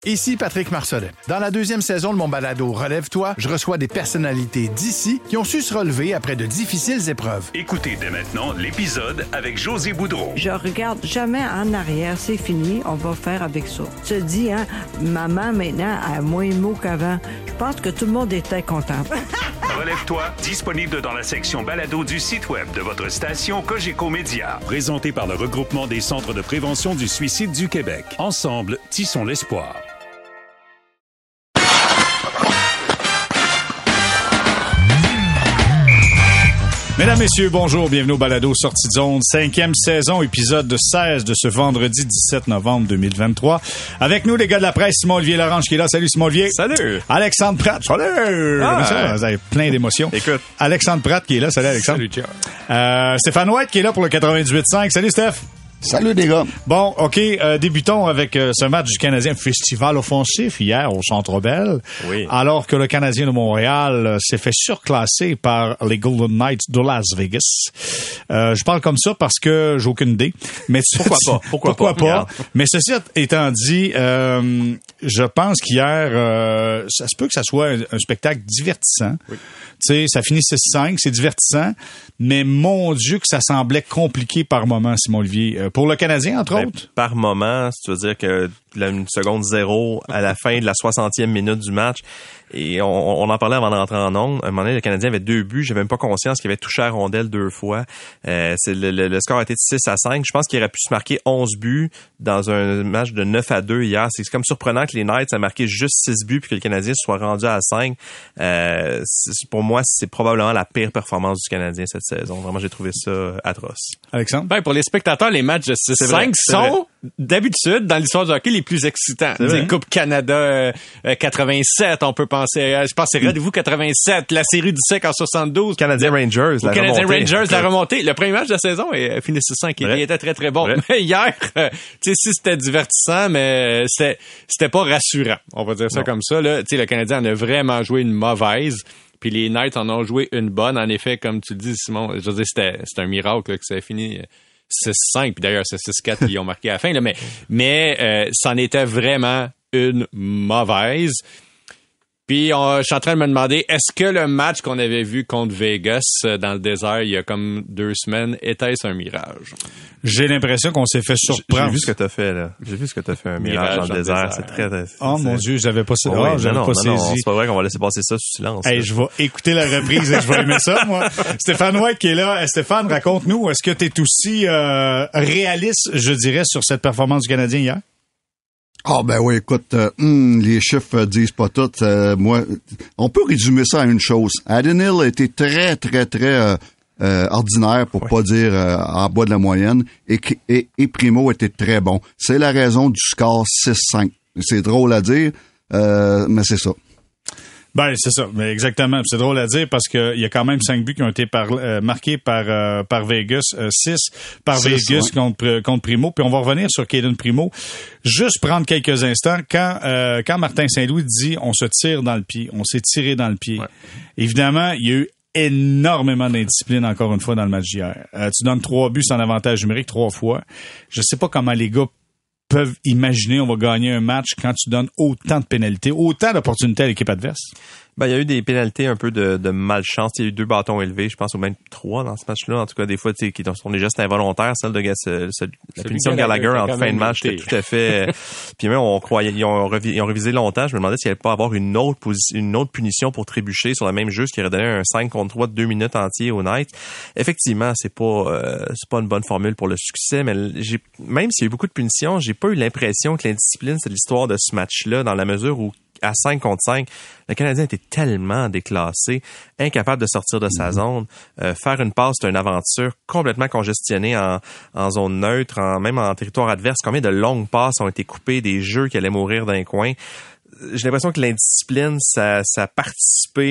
Ici Patrick Marcelet. Dans la 2e saison de mon balado Relève-toi, je reçois des personnalités d'ici qui ont su se relever après de difficiles épreuves. Écoutez dès maintenant l'épisode avec José Boudreau. Je regarde jamais en arrière, c'est fini, on va faire avec ça. Tu te dis, hein, maman maintenant a moins de mots qu'avant. Je pense que tout le monde était content. Relève-toi, disponible dans la section balado du site web de votre station Cogeco Média. Présenté par le regroupement des centres de prévention du suicide du Québec. Ensemble, tissons l'espoir. Mesdames, Messieurs, bonjour, bienvenue au balado Sortie de zone, 5e saison, épisode 16 de ce vendredi 17 novembre 2023. Avec nous, les gars de la presse, Simon-Olivier Larange qui est là. Salut Simon-Olivier. Salut. Alexandre Pratt. Salut. Ça, vous avez plein d'émotions. Écoute. Alexandre Pratt qui est là. Salut Alexandre. Salut, ciao. Stéphane White qui est là pour le 98.5. Salut Steph. Salut les gars. Bon, OK, débutons avec ce match du Canadien Festival offensif hier au Centre Bell. Oui. Alors que le Canadien de Montréal s'est fait surclasser par les Golden Knights de Las Vegas. Je parle comme ça parce que j'ai aucune idée. Mais pourquoi pas? Mais ceci étant dit, je pense qu'hier, ça se peut que ça soit un spectacle divertissant. Oui. Tu sais, ça finit 6-5, c'est divertissant, mais mon Dieu que ça semblait compliqué par moment, Simon-Olivier. Pour le Canadien, entre autres? Par moment, tu veux dire que une seconde 0 à la fin de la 60e minute du match. Et on en parlait avant de rentrer en ondes. À un moment donné, le Canadien avait 2 buts. J'avais même pas conscience qu'il avait touché la rondelle 2 fois. Le score a été de 6-5. Je pense qu'il aurait pu se marquer 11 buts dans un match de 9-2 hier. C'est comme surprenant que les Knights aient marqué juste 6 buts puis que le Canadien soit rendu à 5. Pour moi, c'est probablement la pire performance du Canadien cette saison. Vraiment, j'ai trouvé ça atroce. Alexandre? Ben, pour les spectateurs, les matchs de 6-5 sont d'habitude dans l'histoire du hockey les plus excitants. Coupe Canada 87, on peut penser. Je pense que c'est Rendez-vous 87, la série du SEC en 72. Canadien Rangers, la remontée. Le premier match de la saison est fini 6-5. Il était très, très bon. Vrai. Mais hier, tu sais, si c'était divertissant, mais c'était pas rassurant. On va dire ça comme ça, là. Tu sais, le Canadien en a vraiment joué une mauvaise. Puis les Knights en ont joué une bonne. En effet, comme tu le dis, Simon, je veux dire, c'est un miracle là, que ça a fini 6-5. Puis d'ailleurs, c'est 6-4 qu'ils ont marqué à la fin. Là, mais c'en était vraiment une mauvaise. Puis je suis en train de me demander, est-ce que le match qu'on avait vu contre Vegas dans le désert il y a comme 2 semaines, était-ce un mirage? J'ai l'impression qu'on s'est fait surprendre. J'ai vu ce que t'as fait, là. J'ai vu ce que t'as fait, un mirage dans le désert. C'est très... Oh mon Dieu, j'avais pas saisi. C'est pas vrai qu'on va laisser passer ça sous silence. Hey, je vais écouter la reprise et je vais aimer ça, moi. Stéphane White qui est là. Stéphane, raconte-nous, est-ce que t'es aussi réaliste, je dirais, sur cette performance du Canadien hier? Ah ben oui, écoute, les chiffres disent pas tout. Moi, on peut résumer ça à une chose. Adin Hill a été très, très, très ordinaire, pour pas dire en bas de la moyenne, et Primo était très bon. C'est la raison du score 6-5. C'est drôle à dire, mais c'est ça. Ben, c'est ça, mais exactement. C'est drôle à dire parce que il y a quand même 5 buts qui ont été marqués par Vegas, 6 par Vegas contre Primo. Puis on va revenir sur Caden Primo. Juste prendre quelques instants. Quand Martin Saint-Louis dit on se tire dans le pied, on s'est tiré dans le pied. Ouais. Évidemment, il y a eu énormément d'indiscipline encore une fois dans le match d'hier. Tu donnes 3 buts sans avantage numérique 3 fois. Je sais pas comment les gars peuvent imaginer on va gagner un match quand tu donnes autant de pénalités, autant d'opportunités à l'équipe adverse. Ben, il y a eu des pénalités un peu de malchance. Il y a eu 2 bâtons élevés, je pense, ou même 3 dans ce match-là. En tout cas, des fois, qui sont des gestes involontaires. Celle de la punition de Gallagher en fin de match, c'était tout à fait... Puis même, ils ont révisé longtemps. Je me demandais s'il n'y allait pas avoir une autre punition pour trébucher sur le même jeu, ce qui aurait donné un 5 contre 3 de 2 minutes entier au Knights. Effectivement, c'est pas une bonne formule pour le succès, mais même s'il y a eu beaucoup de punitions, j'ai pas eu l'impression que l'indiscipline, c'est l'histoire de ce match-là, dans la mesure où à 5 contre 5, le Canadien était tellement déclassé, incapable de sortir de sa zone. Faire une passe, c'est une aventure complètement congestionnée en zone neutre, même en territoire adverse. Combien de longues passes ont été coupées, des jeux qui allaient mourir d'un coin. J'ai l'impression que l'indiscipline, ça a participé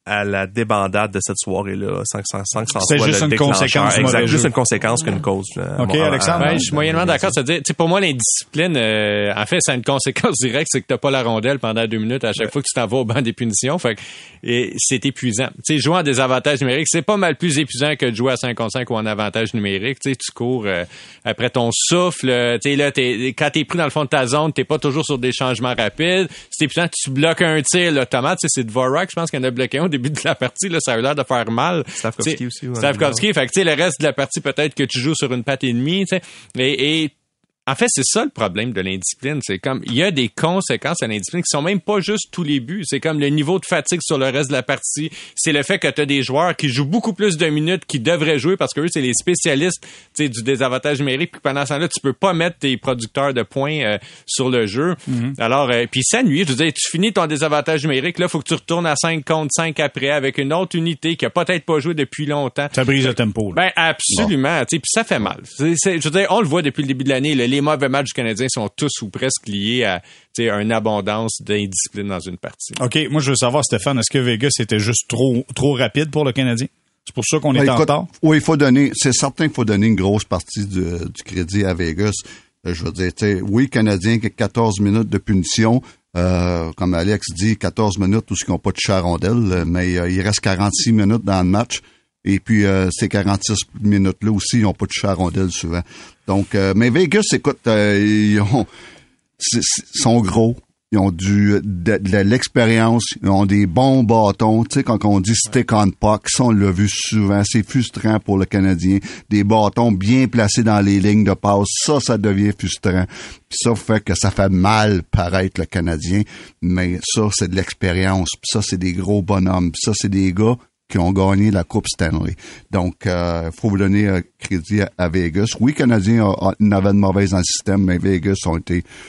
à la débandade de cette soirée-là, sans que ça c'est soit juste le une conséquence. Exact, juste une conséquence qu'une cause. OK, Alexandre? Je suis moyennement d'accord. C'est-à-dire, pour moi, l'indiscipline, en fait, ça a une conséquence directe, c'est que t'as pas la rondelle pendant 2 minutes à chaque fois que tu t'en vas au banc des punitions. Fait que, et c'est épuisant. Tu sais, jouer en désavantage numérique, c'est pas mal plus épuisant que de jouer à 5 contre 5 ou en avantage numérique. Tu sais, tu cours après ton souffle. Tu sais, là, quand t'es pris dans le fond de ta zone, t'es pas toujours sur des changements rapides. C'est épuisant, tu bloques un tir, l'automate. Tu sais, c'est Dvorak, je pense qu'il en a bloqué un au début de la partie. Là, ça a eu l'air de faire mal. Slavkovski aussi. Slavkovski. Fait que, tu sais, le reste de la partie, peut-être que tu joues sur une patte et demie, tu sais. Et en fait, c'est ça le problème de l'indiscipline. C'est comme, il y a des conséquences à l'indiscipline qui sont même pas juste tous les buts. C'est comme le niveau de fatigue sur le reste de la partie. C'est le fait que tu as des joueurs qui jouent beaucoup plus de minutes qu'ils devraient jouer parce que eux, c'est les spécialistes, tu sais, du désavantage numérique. Puis pendant ce temps-là, tu peux pas mettre tes producteurs de points sur le jeu. Mm-hmm. Alors, puis ça nuit. Je veux dire, tu finis ton désavantage numérique. Là, faut que tu retournes à 5 contre 5 après avec une autre unité qui a peut-être pas joué depuis longtemps. Ça brise le tempo. Là. Ben, absolument. Tu sais, puis ça fait mal. Je veux dire, on le voit depuis le début de l'année. Les mauvais matchs du Canadien sont tous ou presque liés à une abondance d'indiscipline dans une partie. OK, moi je veux savoir, Stéphane, est-ce que Vegas était juste trop rapide pour le Canadien? C'est pour ça qu'on est en retard? Oui, c'est certain qu'il faut donner une grosse partie du crédit à Vegas. Je veux dire, oui, le Canadien qui a 14 minutes de punition, comme Alex dit, 14 minutes où ils n'ont pas de à rondelle, mais il reste 46 minutes dans le match. Et puis, ces 46 minutes-là aussi, ils n'ont pas de à rondelle souvent. Donc, mais Vegas, écoute, ils sont gros. Ils ont de l'expérience. Ils ont des bons bâtons. Tu sais, quand on dit stick on puck, ça, on l'a vu souvent. C'est frustrant pour le Canadien. Des bâtons bien placés dans les lignes de passe. Ça devient frustrant. Puis ça fait que ça fait mal paraître le Canadien. Mais ça, c'est de l'expérience. Puis ça, c'est des gros bonhommes. Puis ça, c'est des gars qui ont gagné la Coupe Stanley. Donc, faut vous donner crédit à Vegas. Oui, les Canadiens n'avaient de mauvaise dans le système, mais Vegas ont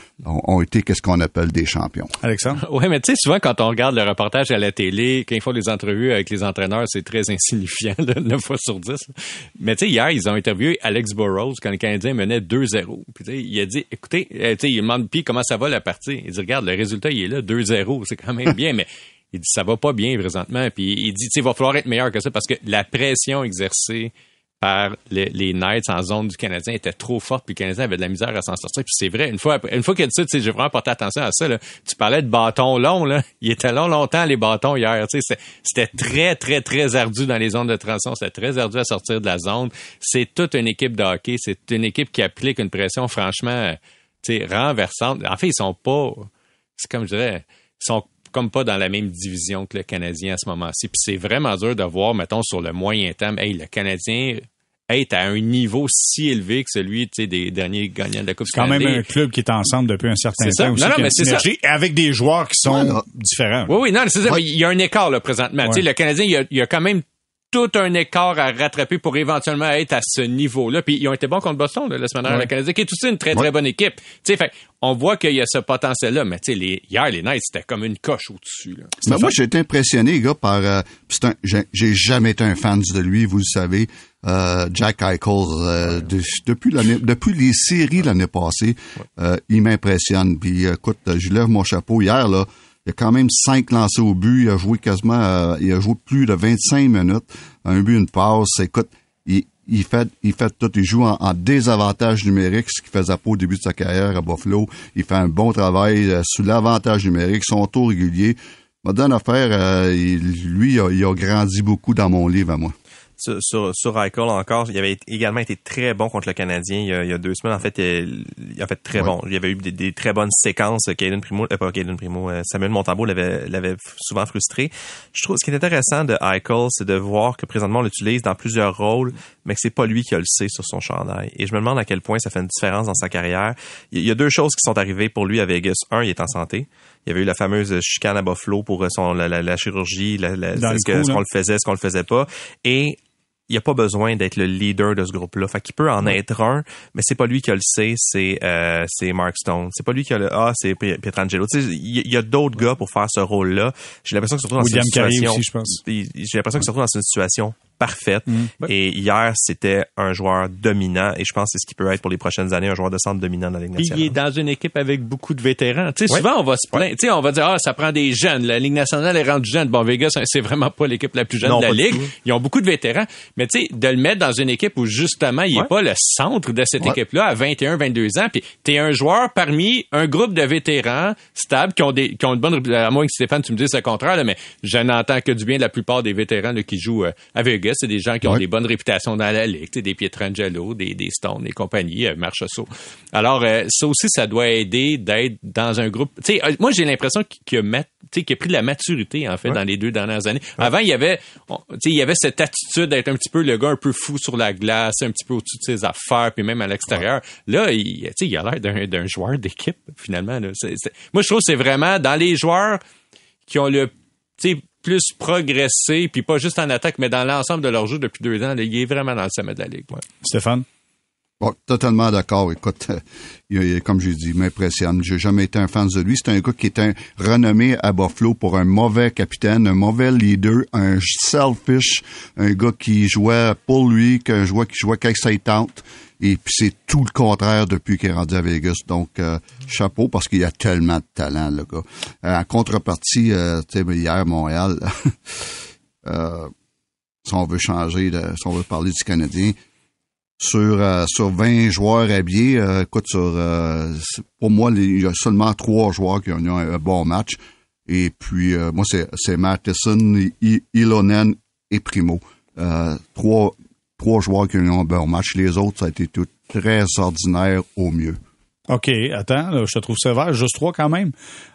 été qu'est-ce qu'on appelle des champions. Alexandre? Oui, mais tu sais, souvent, quand on regarde le reportage à la télé, quand ils font les entrevues avec les entraîneurs, c'est très insignifiant, là, 9 fois sur 10. Mais tu sais, hier, ils ont interviewé Alex Burrows quand le Canadien menait 2-0. Puis tu sais, il a dit, écoutez, tu sais, il demande, puis comment ça va la partie? Il dit, regarde, le résultat, il est là, 2-0. C'est quand même bien, mais il dit, ça va pas bien présentement. Puis il dit, il va falloir être meilleur que ça parce que la pression exercée par les Knights en zone du Canadien était trop forte, puis le Canadien avait de la misère à s'en sortir. Puis c'est vrai, une fois qu'il a dit ça, tu sais, j'ai vraiment porté attention à ça, là. Tu parlais de bâtons longs, là. Il était longtemps, les bâtons, hier. Tu sais, c'était très, très, très ardu dans les zones de transition. C'était très ardu à sortir de la zone. C'est toute une équipe de hockey. C'est une équipe qui applique une pression, franchement, tu sais, renversante. En fait, ils sont pas, c'est comme je dirais, ils sont comme pas dans la même division que le Canadien à ce moment-ci. Puis c'est vraiment dur de voir, mettons, sur le moyen terme, le Canadien est à un niveau si élevé que celui des derniers gagnants de la Coupe Stanley. C'est quand même un club qui est ensemble depuis un certain temps aussi. Non, mais c'est ça. Avec des joueurs qui sont différents. Oui, non, c'est ça. Ouais. Il y a un écart là présentement. Ouais. Le Canadien, il y a quand même tout un écart à rattraper pour éventuellement être à ce niveau-là. Puis ils ont été bons contre Boston la semaine dernière, le Canadien, qui est aussi une très, très bonne équipe. Fait on voit qu'il y a ce potentiel-là, mais hier, les Knights, c'était comme une coche au-dessus. Là. Mais moi, j'ai été impressionné, gars, par... j'ai jamais été un fan de lui, vous le savez. Jack Eichel, depuis les séries l'année passée, il m'impressionne. Puis écoute, je lève mon chapeau hier, là. Il a quand même 5 lancés au but. Il a joué il a joué plus de 25 minutes. Un but, une passe. Écoute, il fait tout. Il joue en désavantage numérique, ce qu'il faisait pas au début de sa carrière à Buffalo. Il fait un bon travail sous l'avantage numérique. Son tour régulier. Ma dernière affaire, il a grandi beaucoup dans mon livre à moi. Sur Eichel encore, il avait également été très bon contre le Canadien il y a 2 semaines. En fait, il a fait très bon. Il y avait eu des très bonnes séquences. Samuel Montembeault l'avait souvent frustré. Je trouve ce qui est intéressant de Eichel, c'est de voir que présentement on l'utilise dans plusieurs rôles, mais que c'est pas lui qui a le C sur son chandail. Et je me demande à quel point ça fait une différence dans sa carrière. Il y a 2 choses qui sont arrivées pour lui à Vegas. Un, il est en santé. Il y avait eu la fameuse chicane à Buffalo pour la chirurgie, ce qu'on le faisait, ce qu'on le faisait pas. Et il n'y a pas besoin d'être le leader de ce groupe-là. Fait qu'il peut en être un, mais c'est pas lui qui a le C, c'est Mark Stone. C'est pas lui qui a le A, c'est Pietrangelo. Tu sais, il y a d'autres gars pour faire ce rôle-là. J'ai l'impression que surtout dans William cette situation... aussi, je pense. J'ai l'impression que surtout dans une situation parfaite. Et hier, c'était un joueur dominant. Et je pense que c'est ce qui peut être pour les prochaines années, un joueur de centre dominant dans la Ligue nationale. Il est dans une équipe avec beaucoup de vétérans. Tu sais, souvent, on va se plaindre. Tu sais, on va dire, ça prend des jeunes. La Ligue nationale est rendue jeune. Bon, Vegas, c'est vraiment pas l'équipe la plus jeune de la Ligue. Ils ont beaucoup de vétérans. Mais tu sais, de le mettre dans une équipe où, justement, il est pas le centre de cette équipe-là à 21, 22 ans. Puis t'es un joueur parmi un groupe de vétérans stables qui ont une bonne réputation. À moins que Stéphane, tu me dises le contraire, là, mais je n'entends que du bien de la plupart des vétérans là, qui jouent à Vegas. C'est des gens qui ont des bonnes réputations dans la Ligue. Des Pietrangelo, des Stone, des compagnies, Marchessault. Alors, ça aussi, ça doit aider d'être dans un groupe. Tu sais, moi, j'ai l'impression qu'il a pris de la maturité, en fait, dans les 2 dernières années. Avant, il y avait cette attitude d'être un petit peu le gars un peu fou sur la glace, un petit peu au-dessus de ses affaires, puis même à l'extérieur. Là, il a l'air d'un joueur d'équipe, finalement. Là. Moi, je trouve que c'est vraiment dans les joueurs qui ont le plus progressé, puis pas juste en attaque, mais dans l'ensemble de leur jeu depuis 2 ans, là, il est vraiment dans le sommet de la Ligue. Ouais. Stéphane? Bon, totalement d'accord. Écoute, comme j'ai dit, il m'impressionne. J'ai jamais été un fan de lui. C'est un gars qui est renommé à Buffalo pour un mauvais capitaine, un mauvais leader, un selfish, un gars qui jouait pour lui, qui jouait quand ça tente. Et puis c'est tout le contraire depuis qu'il est rendu à Vegas. Donc, chapeau, parce qu'il y a tellement de talent, le gars. En contrepartie, tu sais, hier, Montréal, si on veut si on veut parler du Canadien, sur 20 joueurs habillés, écoute, pour moi, il y a seulement 3 joueurs qui ont eu un bon match. Et puis, moi, c'est Matheson, Ilonen et Primo. 3 joueurs qui ont eu un bon match. Les autres, ça a été tout très ordinaire au mieux. OK, attends, là, je te trouve sévère. Juste 3 quand même.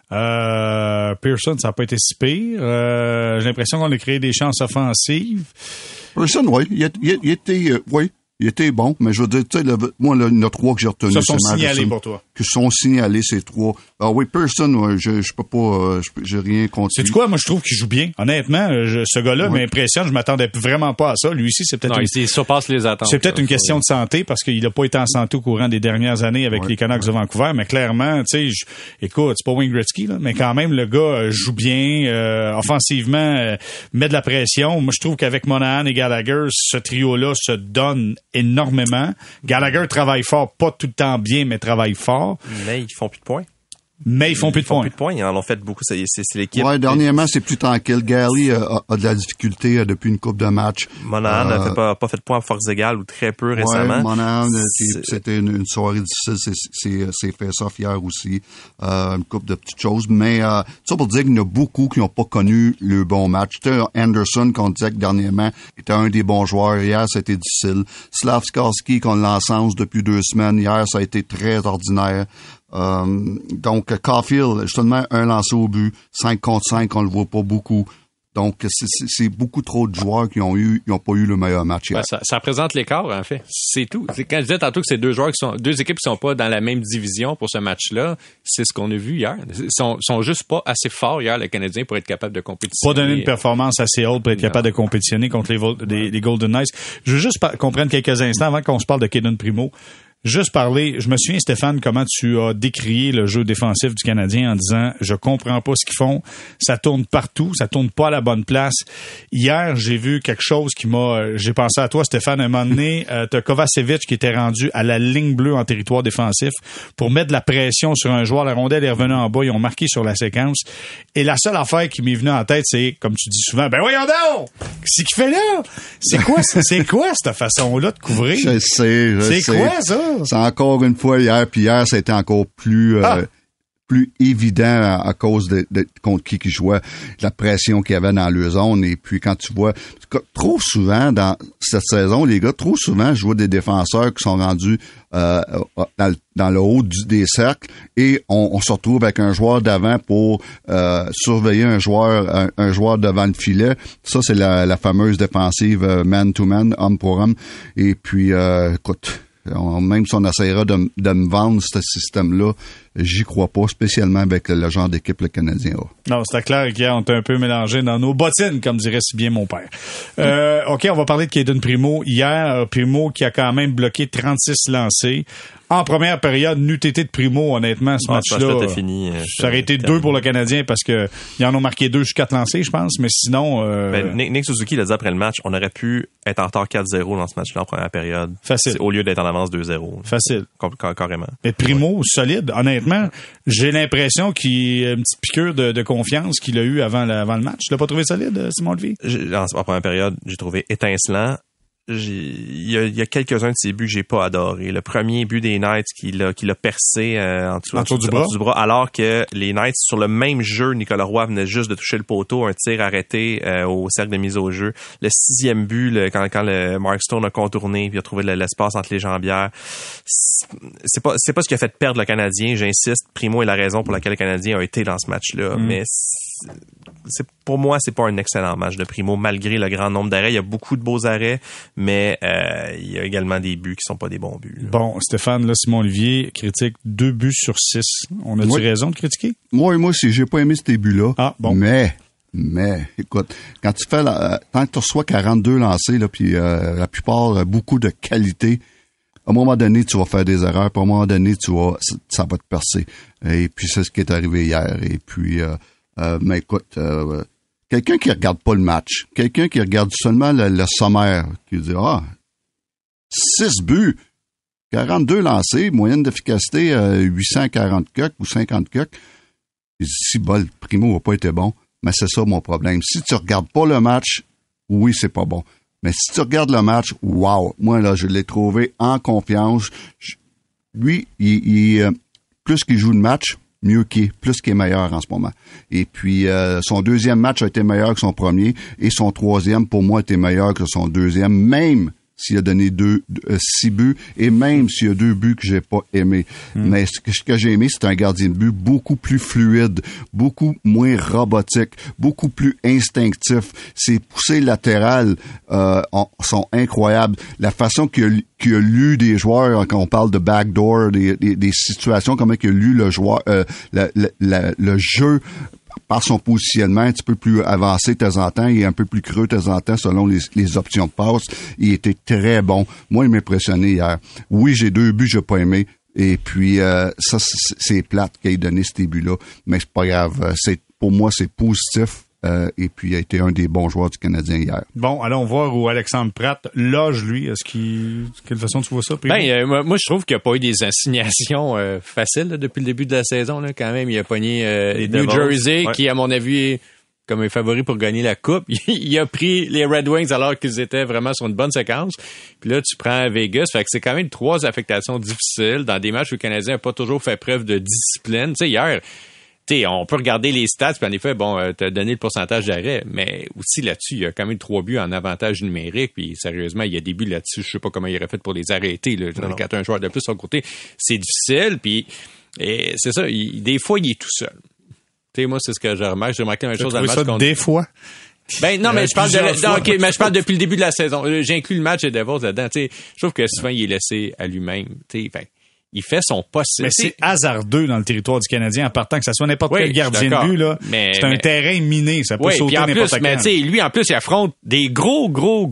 Pearson, ça n'a pas été si pire. J'ai l'impression qu'on a créé des chances offensives. Pearson, oui. Il était, oui. Il était bon, mais je veux dire, tu sais, moi, il y en a 3 que j'ai retenus. Ça sont signalés pour toi. Que sont signalés, ces 3. Ah oui, Pearson, je peux pas, j'ai rien contre lui. C'est quoi? Moi, je trouve qu'il joue bien. Honnêtement, ce gars-là m'impressionne. Je m'attendais vraiment pas à ça. Lui aussi, c'est peut-être il surpasse les attentes. C'est peut-être une question de santé parce qu'il a pas été en santé au courant des dernières années avec les Canucks de Vancouver, mais clairement, tu sais, écoute, c'est pas Wayne Gretzky, là, mais quand même, le gars joue bien, offensivement, met de la pression. Moi, je trouve qu'avec Monahan et Gallagher, ce trio-là se donne énormément. Gallagher travaille fort, pas tout le temps bien, mais travaille fort. Mais ils font plus de points. Ils font plus de points. Ils en ont fait beaucoup. C'est l'équipe. Ouais, dernièrement, c'est plus tranquille. Gally a de la difficulté depuis une coupe de match. Monahan n'a pas fait de points à force égale ou très peu récemment. Ouais, Monahan, c'était une soirée difficile. C'est fait ça hier aussi. Une coupe de petites choses. Mais ça pour dire qu'il y en a beaucoup qui n'ont pas connu le bon match. Anderson, qu'on disait que dernièrement, était un des bons joueurs. Hier, ça a été difficile. Slavskarski, qu'on l'encense depuis 2 semaines. Hier, ça a été très ordinaire. Donc, Caulfield, seulement un lancé au but, 5 contre 5, on le voit pas beaucoup. Donc, c'est beaucoup trop de joueurs qui ont pas eu le meilleur match hier. Ça représente l'écart, en fait. C'est tout. C'est quand je disais tantôt que c'est 2 équipes qui sont pas dans la même division pour ce match-là, c'est ce qu'on a vu hier. Ils sont juste pas assez forts hier, les Canadiens, pour être capables de compétitionner. Pas donner une performance assez haute pour être capable de compétitionner contre les Golden Knights. Je veux juste comprendre quelques instants avant qu'on se parle de Kaden Primo. Juste parler, je me souviens, Stéphane, comment tu as décrié le jeu défensif du Canadien en disant, je comprends pas ce qu'ils font, ça tourne partout, ça tourne pas à la bonne place. Hier, j'ai vu quelque chose j'ai pensé à toi, Stéphane, à un moment donné, t'as Kovacevic qui était rendu à la ligne bleue en territoire défensif pour mettre de la pression sur un joueur, la rondelle est revenue en bas, ils ont marqué sur la séquence, et la seule affaire qui m'est venue en tête, c'est, comme tu dis souvent, ben voyons donc! Qu'est-ce qu'il fait là? C'est quoi cette façon-là de couvrir? Je sais. C'est quoi ça? C'est encore une fois hier, puis hier, ça a été encore plus évident à cause de contre qui jouait, la pression qu'il y avait dans le zone. Et puis quand tu vois, trop souvent dans cette saison, les gars, trop souvent, je vois des défenseurs qui sont rendus dans le haut des cercles et on se retrouve avec un joueur d'avant pour surveiller un joueur devant le filet. Ça, c'est la fameuse défensive man-to-man, homme pour homme. Et puis, écoute, même si on essaiera de me vendre ce système-là, j'y crois pas, spécialement avec le genre d'équipe le Canadien a. Non, c'était clair qu'hier, on t'a un peu mélangé dans nos bottines, comme dirait si bien mon père. OK, on va parler de Kaden Primo. Hier, Primo qui a quand même bloqué 36 lancés, en première période, n'eût été de Primo, honnêtement, ce match-là. Fini, ça aurait été 2 pour le Canadien parce que ils en ont marqué 2 sur 4 lancés, je pense. Mais sinon... Nick Suzuki l'a dit après le match, on aurait pu être en retard 4-0 dans ce match-là en première période. Facile. Au lieu d'être en avance 2-0. Facile. Carrément. Mais Primo, solide, honnêtement. J'ai l'impression qu'il y a une petite piqûre de confiance qu'il a eu avant le match. Tu l'as pas trouvé solide, Simon Olivier? En première période, j'ai trouvé étincelant. Il y a quelques-uns de ces buts que j'ai pas adoré. Le premier but des Knights qu'il a percé en dessous du bras, alors que les Knights, sur le même jeu, Nicolas Roy venait juste de toucher le poteau, un tir arrêté au cercle de mise au jeu. Le 6e but, quand le Mark Stone a contourné, puis a trouvé l'espace entre les jambières. C'est pas ce qui a fait perdre le Canadien, j'insiste. Primo est la raison pour laquelle le Canadien a été dans ce match-là. Mais pour moi, c'est pas un excellent match de Primo, malgré le grand nombre d'arrêts. Il y a beaucoup de beaux arrêts, mais il y a également des buts qui sont pas des bons buts. Là. Bon, Stéphane, là, Simon Olivier critique 2 buts sur 6. On a-tu raison de critiquer? Moi aussi, j'ai pas aimé ces buts-là. Ah, bon. Mais, écoute, quand tu fais tant que tu reçois 42 lancés, là, puis la plupart, beaucoup de qualité, à un moment donné, tu vas faire des erreurs, puis à un moment donné, ça va te percer. Et puis, c'est ce qui est arrivé hier. Et puis, mais écoute, quelqu'un qui regarde pas le match, quelqu'un qui regarde seulement le sommaire, qui dit 6 buts, 42 lancés, moyenne d'efficacité 840 cucks ou 50 cucks. Si le Primo n'a pas été bon, mais c'est ça mon problème. Si tu regardes pas le match, oui, c'est pas bon. Mais si tu regardes le match, wow, moi là, je l'ai trouvé en confiance. Lui, plus qu'il joue le match, mieux qu'il est, plus qu'il est meilleur en ce moment. Et puis, son deuxième match a été meilleur que son premier, et son troisième, pour moi, était meilleur que son deuxième, même s'il a donné 6 buts, et même s'il y a 2 buts que j'ai pas aimés. Mais ce que j'ai aimé, c'est un gardien de but beaucoup plus fluide, beaucoup moins robotique, beaucoup plus instinctif. Ses poussées latérales sont incroyables. La façon qu'il a lu des joueurs, quand on parle de backdoor, des situations, comment il a lu le joueur, le jeu, par son positionnement un petit peu plus avancé de temps en temps et un peu plus creux de temps en temps selon les options de passe. Il était très bon. Moi, il m'impressionnait hier. Oui, j'ai 2 buts, j'ai pas aimé. Et puis, ça, c'est plate qu'il ait donné ces buts-là. Mais c'est pas grave. Pour moi, c'est positif. Et puis, il a été un des bons joueurs du Canadien hier. Bon, allons voir où Alexandre Pratt loge, lui. Quelle façon tu vois ça? Moi, je trouve qu'il n'y a pas eu des assignations faciles là, depuis le début de la saison. Là, quand même, il a pogné New Jersey, qui, à mon avis, comme un favori pour gagner la Coupe. Il a pris les Red Wings alors qu'ils étaient vraiment sur une bonne séquence. Puis là, tu prends Vegas. Fait que c'est quand même 3 affectations difficiles dans des matchs où le Canadien n'a pas toujours fait preuve de discipline. Tu sais, hier... on peut regarder les stats, puis en effet, t'as donné le pourcentage d'arrêt, mais aussi là-dessus, il y a quand même 3 buts en avantage numérique, puis sérieusement, il y a des buts là-dessus, je sais pas comment il aurait fait pour les arrêter, là. Quand un joueur de plus sur le côté, c'est difficile, puis c'est ça, des fois, il est tout seul. Moi, c'est ce que j'ai remarqué la même chose dans le match contre... Des fois? Non, mais je parle depuis le début de la saison. J'inclus le match des Devils là-dedans, je trouve que souvent, il est laissé à lui-même, il fait son possible. Mais c'est hasardeux dans le territoire du Canadien en partant que ça soit n'importe quel gardien de but, là. C'est un terrain miné, ça peut sauter n'importe quand. Mais lui, en plus, il affronte des gros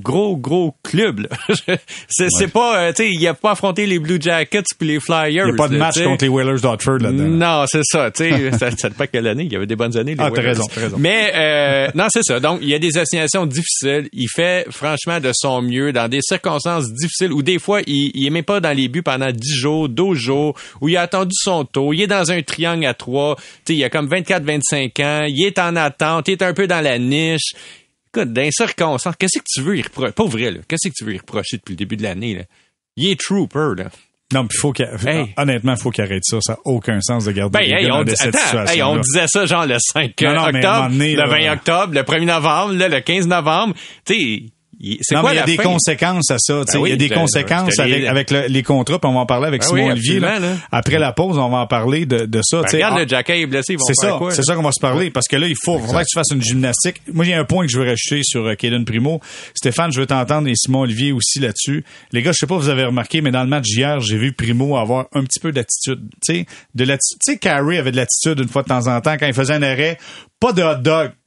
clubs, là. C'est pas, il a pas affronté les Blue Jackets puis les Flyers. Il n'y a pas de match contre les Whalers d'Hartford là-dedans. Non, c'est ça, ça dépend quelle année. Il y avait des bonnes années, les Whalers. T'as raison. Mais, non, c'est ça. Donc, il y a des assignations difficiles. Il fait, franchement, de son mieux dans des circonstances difficiles où des fois, il est même pas dans les buts pendant 10 jours, 12 jours, où il a attendu son tour, il est dans un triangle à 3, il a comme 24-25 ans, il est en attente, il est un peu dans la niche. Écoute, dans les circonstances, qu'est-ce que tu veux y reprocher? Pas vrai, là. Qu'est-ce que tu veux y reprocher depuis le début de l'année, là? Il est trooper, là. Non, puis honnêtement, il faut qu'il arrête ça. Ça n'a aucun sens de garder les gars dans cette situation-là. On disait ça genre le 5 octobre, le 20 octobre, le 1er novembre, là, le 15 novembre. Tu sais, il y a des conséquences à ça. Il y a des conséquences avec les contrats, puis on va en parler avec Simon Olivier. Là. Après la pause, on va en parler de ça. Regarde, le Jacky est blessé, ils vont faire quoi? C'est ça qu'on va se parler, parce que là, il faudrait que tu fasses une gymnastique. Moi, il y a un point que je veux rajouter sur Caden Primo. Stéphane, je veux t'entendre, et Simon Olivier aussi là-dessus. Les gars, je sais pas si vous avez remarqué, mais dans le match d'hier, j'ai vu Primo avoir un petit peu d'attitude. Tu sais, Carey avait de l'attitude une fois de temps en temps quand il faisait un arrêt. Pas de hot dog.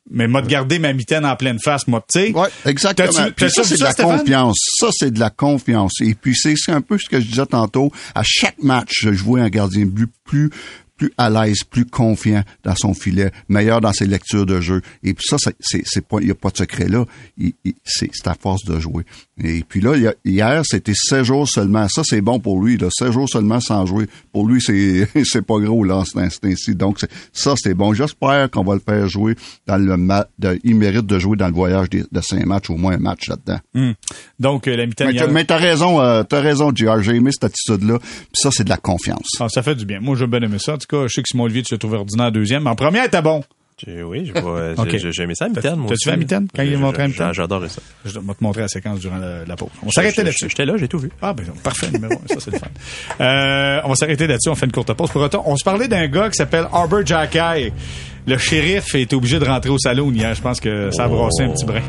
mais m'a gardé ma mitaine en pleine face, moi, tu sais. Ouais, exactement. Puis ça, c'est de la confiance. Ça, c'est de la confiance. Et puis, c'est un peu ce que je disais tantôt. À chaque match, je jouais un gardien de but plus à l'aise, plus confiant dans son filet, meilleur dans ses lectures de jeu. Et puis ça, c'est pas, il y a pas de secret là. C'est à force de jouer. Et puis là, hier, c'était 16 jours seulement. Ça, c'est bon pour lui, là. 16 jours seulement sans jouer. Pour lui, c'est pas gros, là, c'est ainsi. Donc, ça, c'est bon. J'espère qu'on va le faire jouer dans le il mérite de jouer dans le voyage de 5 matchs, au moins un match là-dedans. Donc, la mi-temps. Mais t'as raison, JR. J'ai aimé cette attitude-là. Puis ça, c'est de la confiance. Ah, ça fait du bien. Moi, j'ai bien aimé ça. En tout cas, je sais que Simon Olivier, tu l'as trouvé ordinaire deuxième. En première, t'es bon. Oui, j'ai aimé ça à mi-temps, moi. T'as-tu fait à mi-temps quand il est montré à mi-temps? J'adorais ça. Je vais te montrer la séquence durant la pause. On s'arrêtait là-dessus. J'étais là, j'ai tout vu. Ah, ben, parfait, numéro 1. Ça, c'est le fun. On va s'arrêter là-dessus. On fait une courte pause. Pour autant, on se parlait d'un gars qui s'appelle Arber Xhekaj. Le shérif est obligé de rentrer au salon hier. Je pense que ça a brassé un petit brin.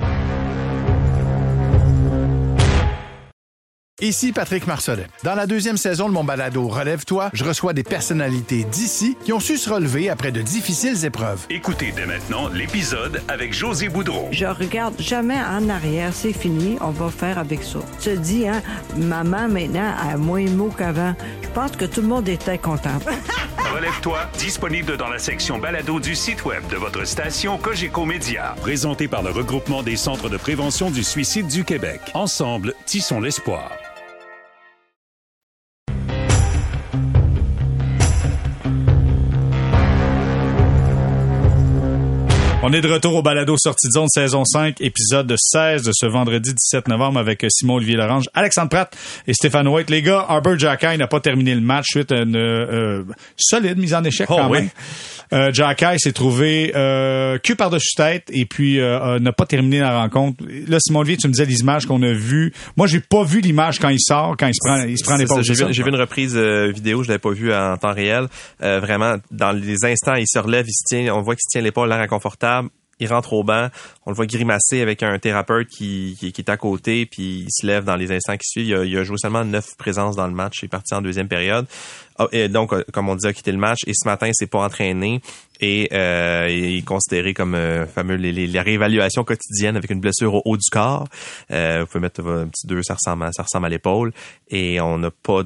Ici Patrick Marcelet. Dans la deuxième saison de mon balado Relève-toi, je reçois des personnalités d'ici qui ont su se relever après de difficiles épreuves. Écoutez dès maintenant l'épisode avec José Boudreau. Je regarde jamais en arrière, c'est fini, on va faire avec ça. Tu te dis, maman maintenant a moins de mots qu'avant. Je pense que tout le monde était content. Relève-toi, disponible dans la section balado du site web de votre station Cogeco Média. Présenté par le regroupement des centres de prévention du suicide du Québec. Ensemble, tissons l'espoir. On est de retour au balado Sortie de zone saison 5, épisode 16 de ce vendredi 17 novembre avec Simon-Olivier Lorange, Alexandre Pratt et Stéphane White. Les gars, Arber Xhekaj n'a pas terminé le match suite à une solide mise en échec quand même. Xhekaj s'est trouvé cul par-dessus tête et puis n'a pas terminé la rencontre. Là, Simon-Olivier, tu me disais les images qu'on a vues. Moi, j'ai pas vu l'image quand il sort, quand il se prend les pauses. J'ai vu une reprise vidéo, je l'avais pas vue en temps réel. Vraiment, dans les instants, il se relève, on voit qu'il se tient l'épaule, l'air inconfortable. Il rentre au banc, on le voit grimacer avec un thérapeute qui est à côté, puis il se lève dans les instants qui suivent. Il a joué seulement 9 présences dans le match, il est parti en deuxième période. Et donc, comme on dit, a quitté le match, et ce matin, il s'est pas entraîné, et il est considéré comme fameux la réévaluation quotidienne avec une blessure au haut du corps. Vous pouvez mettre un petit 2, ça ressemble à l'épaule, et on n'a pas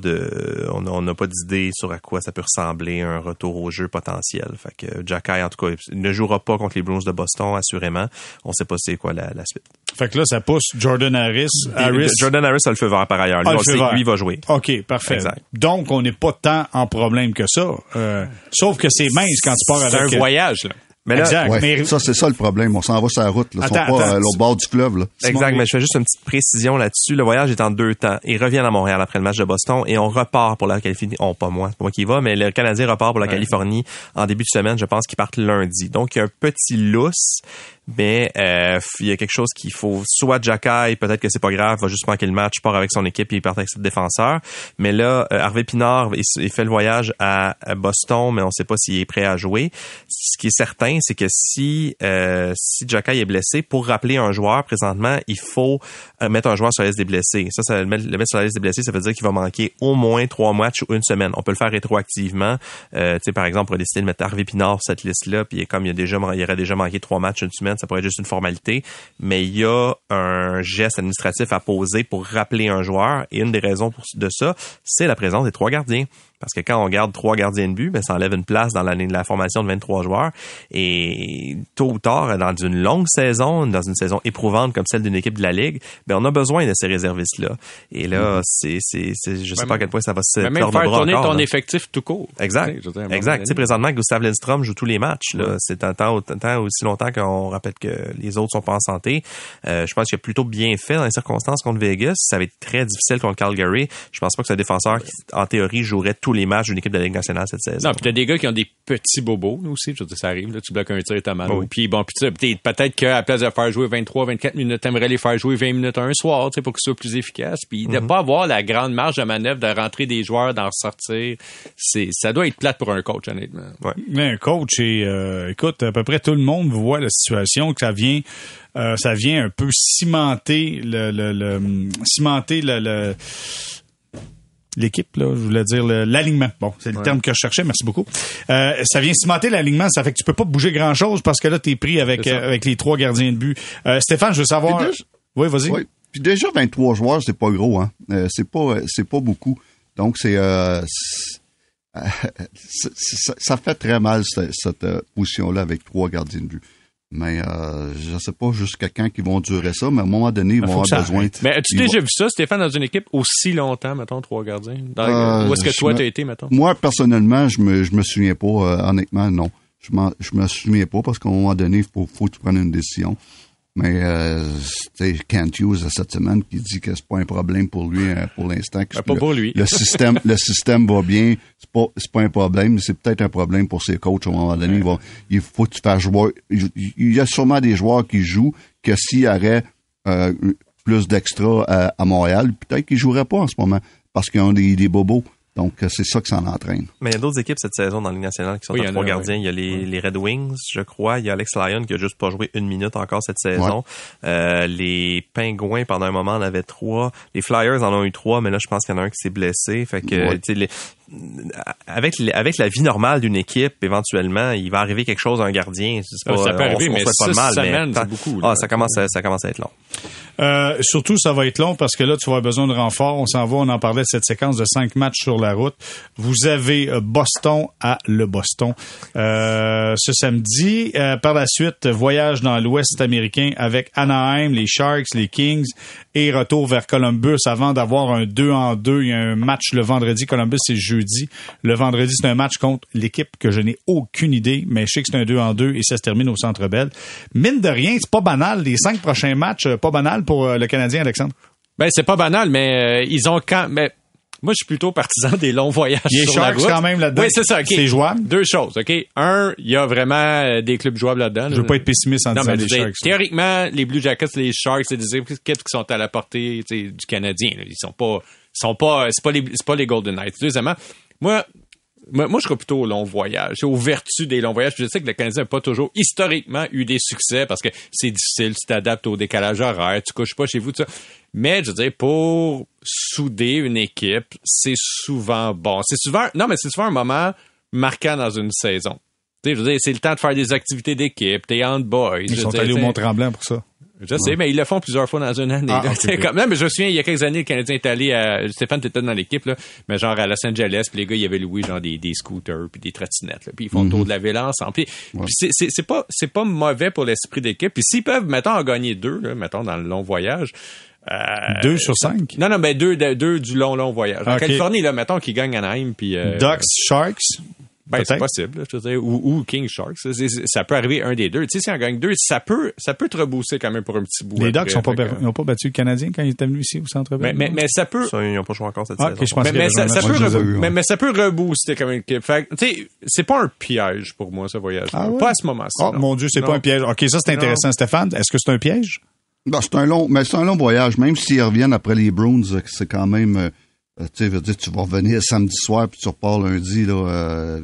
d'idée sur à quoi ça peut ressembler un retour au jeu potentiel. Fait que Xhekaj, en tout cas, il ne jouera pas contre les Bruins de Boston, assurément. On sait pas c'est quoi la suite. Fait que là, ça pousse Jordan Harris. Jordan Harris a le feu vert par ailleurs. Lui, il va jouer. OK, parfait. Exact. Donc, on n'est pas tant en problème que ça. Sauf que c'est mince quand tu pars avec... C'est un voyage, là. Mais là, exact. Ouais, mais... Ça, c'est ça le problème. On s'en va sur la route. Là. Ils sont pas à l'autre bord du fleuve. Là. Exact, mais je fais juste une petite précision là-dessus. Le voyage est en 2 temps. Ils reviennent à Montréal après le match de Boston et on repart pour la Californie. Pas moi, c'est pas moi qui y va, mais le Canadien repart pour la Californie en début de semaine. Je pense qu'ils partent lundi. Donc, il y a un petit lousse. Mais il y a quelque chose qu'il faut, soit Xhekaj, peut-être que c'est pas grave, va juste manquer le match, part avec son équipe et il part avec ses défenseurs. Mais là, Harvey Pinard, il fait le voyage à Boston, mais on sait pas s'il est prêt à jouer. Ce qui est certain, c'est que si Xhekaj est blessé, pour rappeler un joueur présentement, il faut mettre un joueur sur la liste des blessés. Ça le mettre sur la liste des blessés, ça veut dire qu'il va manquer au moins 3 matchs ou 1 semaine. On peut le faire rétroactivement. Tu sais, par exemple, on pourrait décider de mettre Harvey Pinard sur cette liste-là, puis comme il aurait déjà manqué 3 matchs 1 semaine, ça pourrait être juste une formalité, mais il y a un geste administratif à poser pour rappeler un joueur, et une des raisons de ça, c'est la présence des 3 gardiens. Parce que quand on garde 3 gardiens de but, ça enlève une place dans la formation de 23 joueurs. Et tôt ou tard, dans une longue saison, dans une saison éprouvante comme celle d'une équipe de la Ligue, on a besoin de ces réservistes-là. Et là, je sais pas à quel point ça va se tordre le bras. Même faire tourner ton effectif tout court. Exact. Exact. Tu sais, présentement, Gustav Lindstrom joue tous les matchs. Là. C'est un temps aussi longtemps qu'on rappelle que les autres sont pas en santé. Je pense qu'il a plutôt bien fait dans les circonstances contre Vegas. Ça va être très difficile contre Calgary. Je pense pas que c'est un défenseur qui, en théorie, jouerait tous les matchs d'une équipe de la Ligue nationale cette saison. Non, puis t'as des gars qui ont des petits bobos aussi, je veux dire, ça arrive, là, tu bloques un tir, t'as mal au pied, bon, puis peut-être qu'à la place de faire jouer 23-24 minutes, t'aimerais les faire jouer 20 minutes un soir, tu sais, pour qu'ils soient plus efficaces, puis de pas avoir la grande marge de manœuvre de rentrer des joueurs, d'en ressortir, ça doit être plate pour un coach, honnêtement. Ouais. Mais un coach, écoute, à peu près tout le monde voit la situation, que ça vient un peu cimenter l'équipe, là, je voulais dire l'alignement. Bon, c'est le terme que je cherchais, merci beaucoup. Ça vient cimenter l'alignement, ça fait que tu peux pas bouger grand-chose parce que là, t'es pris avec les 3 gardiens de but. Stéphane, je veux savoir... Oui, vas-y. Oui. Puis déjà, 23 joueurs, c'est pas gros, hein. C'est pas beaucoup. Donc, ça fait très mal, cette position-là avec 3 gardiens de but. Mais je sais pas jusqu'à quand ils vont durer ça, mais à un moment donné, ils vont avoir besoin. Mais as-tu déjà vu ça, Stéphane, dans une équipe aussi longtemps, mettons, 3 gardiens? Où est-ce que toi, t'as été, mettons? Moi, personnellement, je me souviens pas. Honnêtement, non. Je me souviens pas parce qu'à un moment donné, il faut que tu prennes une décision. Mais Kent Hughes cette semaine qui dit que c'est pas un problème pour lui pour l'instant. Que pas pour lui. Le système va bien. C'est pas un problème. C'est peut-être un problème pour ses coachs à un moment donné. Il faut que tu fasses jouer. Il y a sûrement des joueurs qui jouent que s'il y aurait plus d'extra à Montréal, peut-être qu'ils joueraient pas en ce moment parce qu'ils ont des bobos. Donc, c'est ça que ça en entraîne. Mais il y a d'autres équipes cette saison dans la Ligue nationale qui sont à 3 gardiens. Il y a les Red Wings, je crois. Il y a Alex Lyon qui a juste pas joué 1 minute encore cette saison. Ouais. Les Pingouins, pendant un moment, en avaient 3. Les Flyers en ont eu 3, mais là, je pense qu'il y en a un qui s'est blessé. Fait que, tu sais, avec la vie normale d'une équipe, éventuellement, il va arriver quelque chose à un gardien. Ça peut arriver, mais 6 semaines, c'est beaucoup. Ça commence à être long. Surtout, ça va être long parce que là, tu vas avoir besoin de renfort. On en parlait de cette séquence de 5 matchs sur la route. Vous avez Boston à le Boston ce samedi. Par la suite, voyage dans l'Ouest américain avec Anaheim, les Sharks, les Kings et retour vers Columbus avant d'avoir un 2-2. Il y a un match le vendredi. Columbus, c'est jeudi. Le vendredi, c'est un match contre l'équipe que je n'ai aucune idée, mais je sais que c'est un 2-2 et ça se termine au Centre Bell. Mine de rien, c'est pas banal. Les 5 prochains matchs, pas banal pour le Canadien, Alexandre. Ben, c'est pas banal, mais ils ont mais moi, je suis plutôt partisan des longs voyages sur la route. Quand même là-dedans. Oui, c'est ça. Okay. C'est jouable. 2 choses, OK? Un, il y a vraiment des clubs jouables là-dedans. Je veux pas être pessimiste en disant les Sharks. Théoriquement, les Blue Jackets, les Sharks, c'est des équipes qui sont à la portée du Canadien. Là. Ils sont pas, c'est pas les Golden Knights. Deuxièmement, moi, je serais plutôt au long voyage. C'est aux vertus des longs voyages. Je sais que le Canadien n'a pas toujours historiquement eu des succès parce que c'est difficile, tu t'adaptes au décalage horaire, tu couches pas chez vous, tout ça. Mais, je veux dire, pour souder une équipe, c'est souvent bon. C'est souvent un moment marquant dans une saison. Tu sais, je veux dire, c'est le temps de faire des activités d'équipe, t'es on boys. Ils sont allés au Mont-Tremblant pour ça. Je sais, mais ils le font plusieurs fois dans une année. Non, mais je me souviens, il y a quelques années, le Canadien est allé à... Stéphane, t'étais dans l'équipe, là, mais genre à Los Angeles, puis les gars, ils avaient loué genre des scooters, puis des trottinettes, là, puis ils font le tour de la ville ensemble. Puis c'est pas mauvais pour l'esprit d'équipe. Puis s'ils peuvent, mettons, en gagner 2, là, mettons, dans le long voyage... 2 sur 5? Non, mais 2 du long voyage. En Californie, là, mettons qu'ils gagnent Anaheim, puis... Ducks, Sharks... Ben, c'est possible, je veux dire, ou King Sharks. Ça peut arriver un des deux. Tu sais, si on gagne 2, ça peut te rebooster quand même pour un petit bout. Les Ducks n'ont pas battu le Canadien quand ils étaient venus ici au Centre Bell. Mais ça peut... Ça, ils n'ont pas joué encore cette saison. Mais ça peut rebooster comme une équipe. Fait tu sais, c'est pas un piège pour moi, ce voyage. Pas à ce moment-ci. Oh, mon Dieu, c'est pas un piège. OK, ça, c'est intéressant. Stéphane, est-ce que c'est un piège? Ben, c'est un long voyage. Même s'ils reviennent après les Bruins, c'est quand même... tu sais, tu vas revenir samedi soir puis tu repars lundi, là...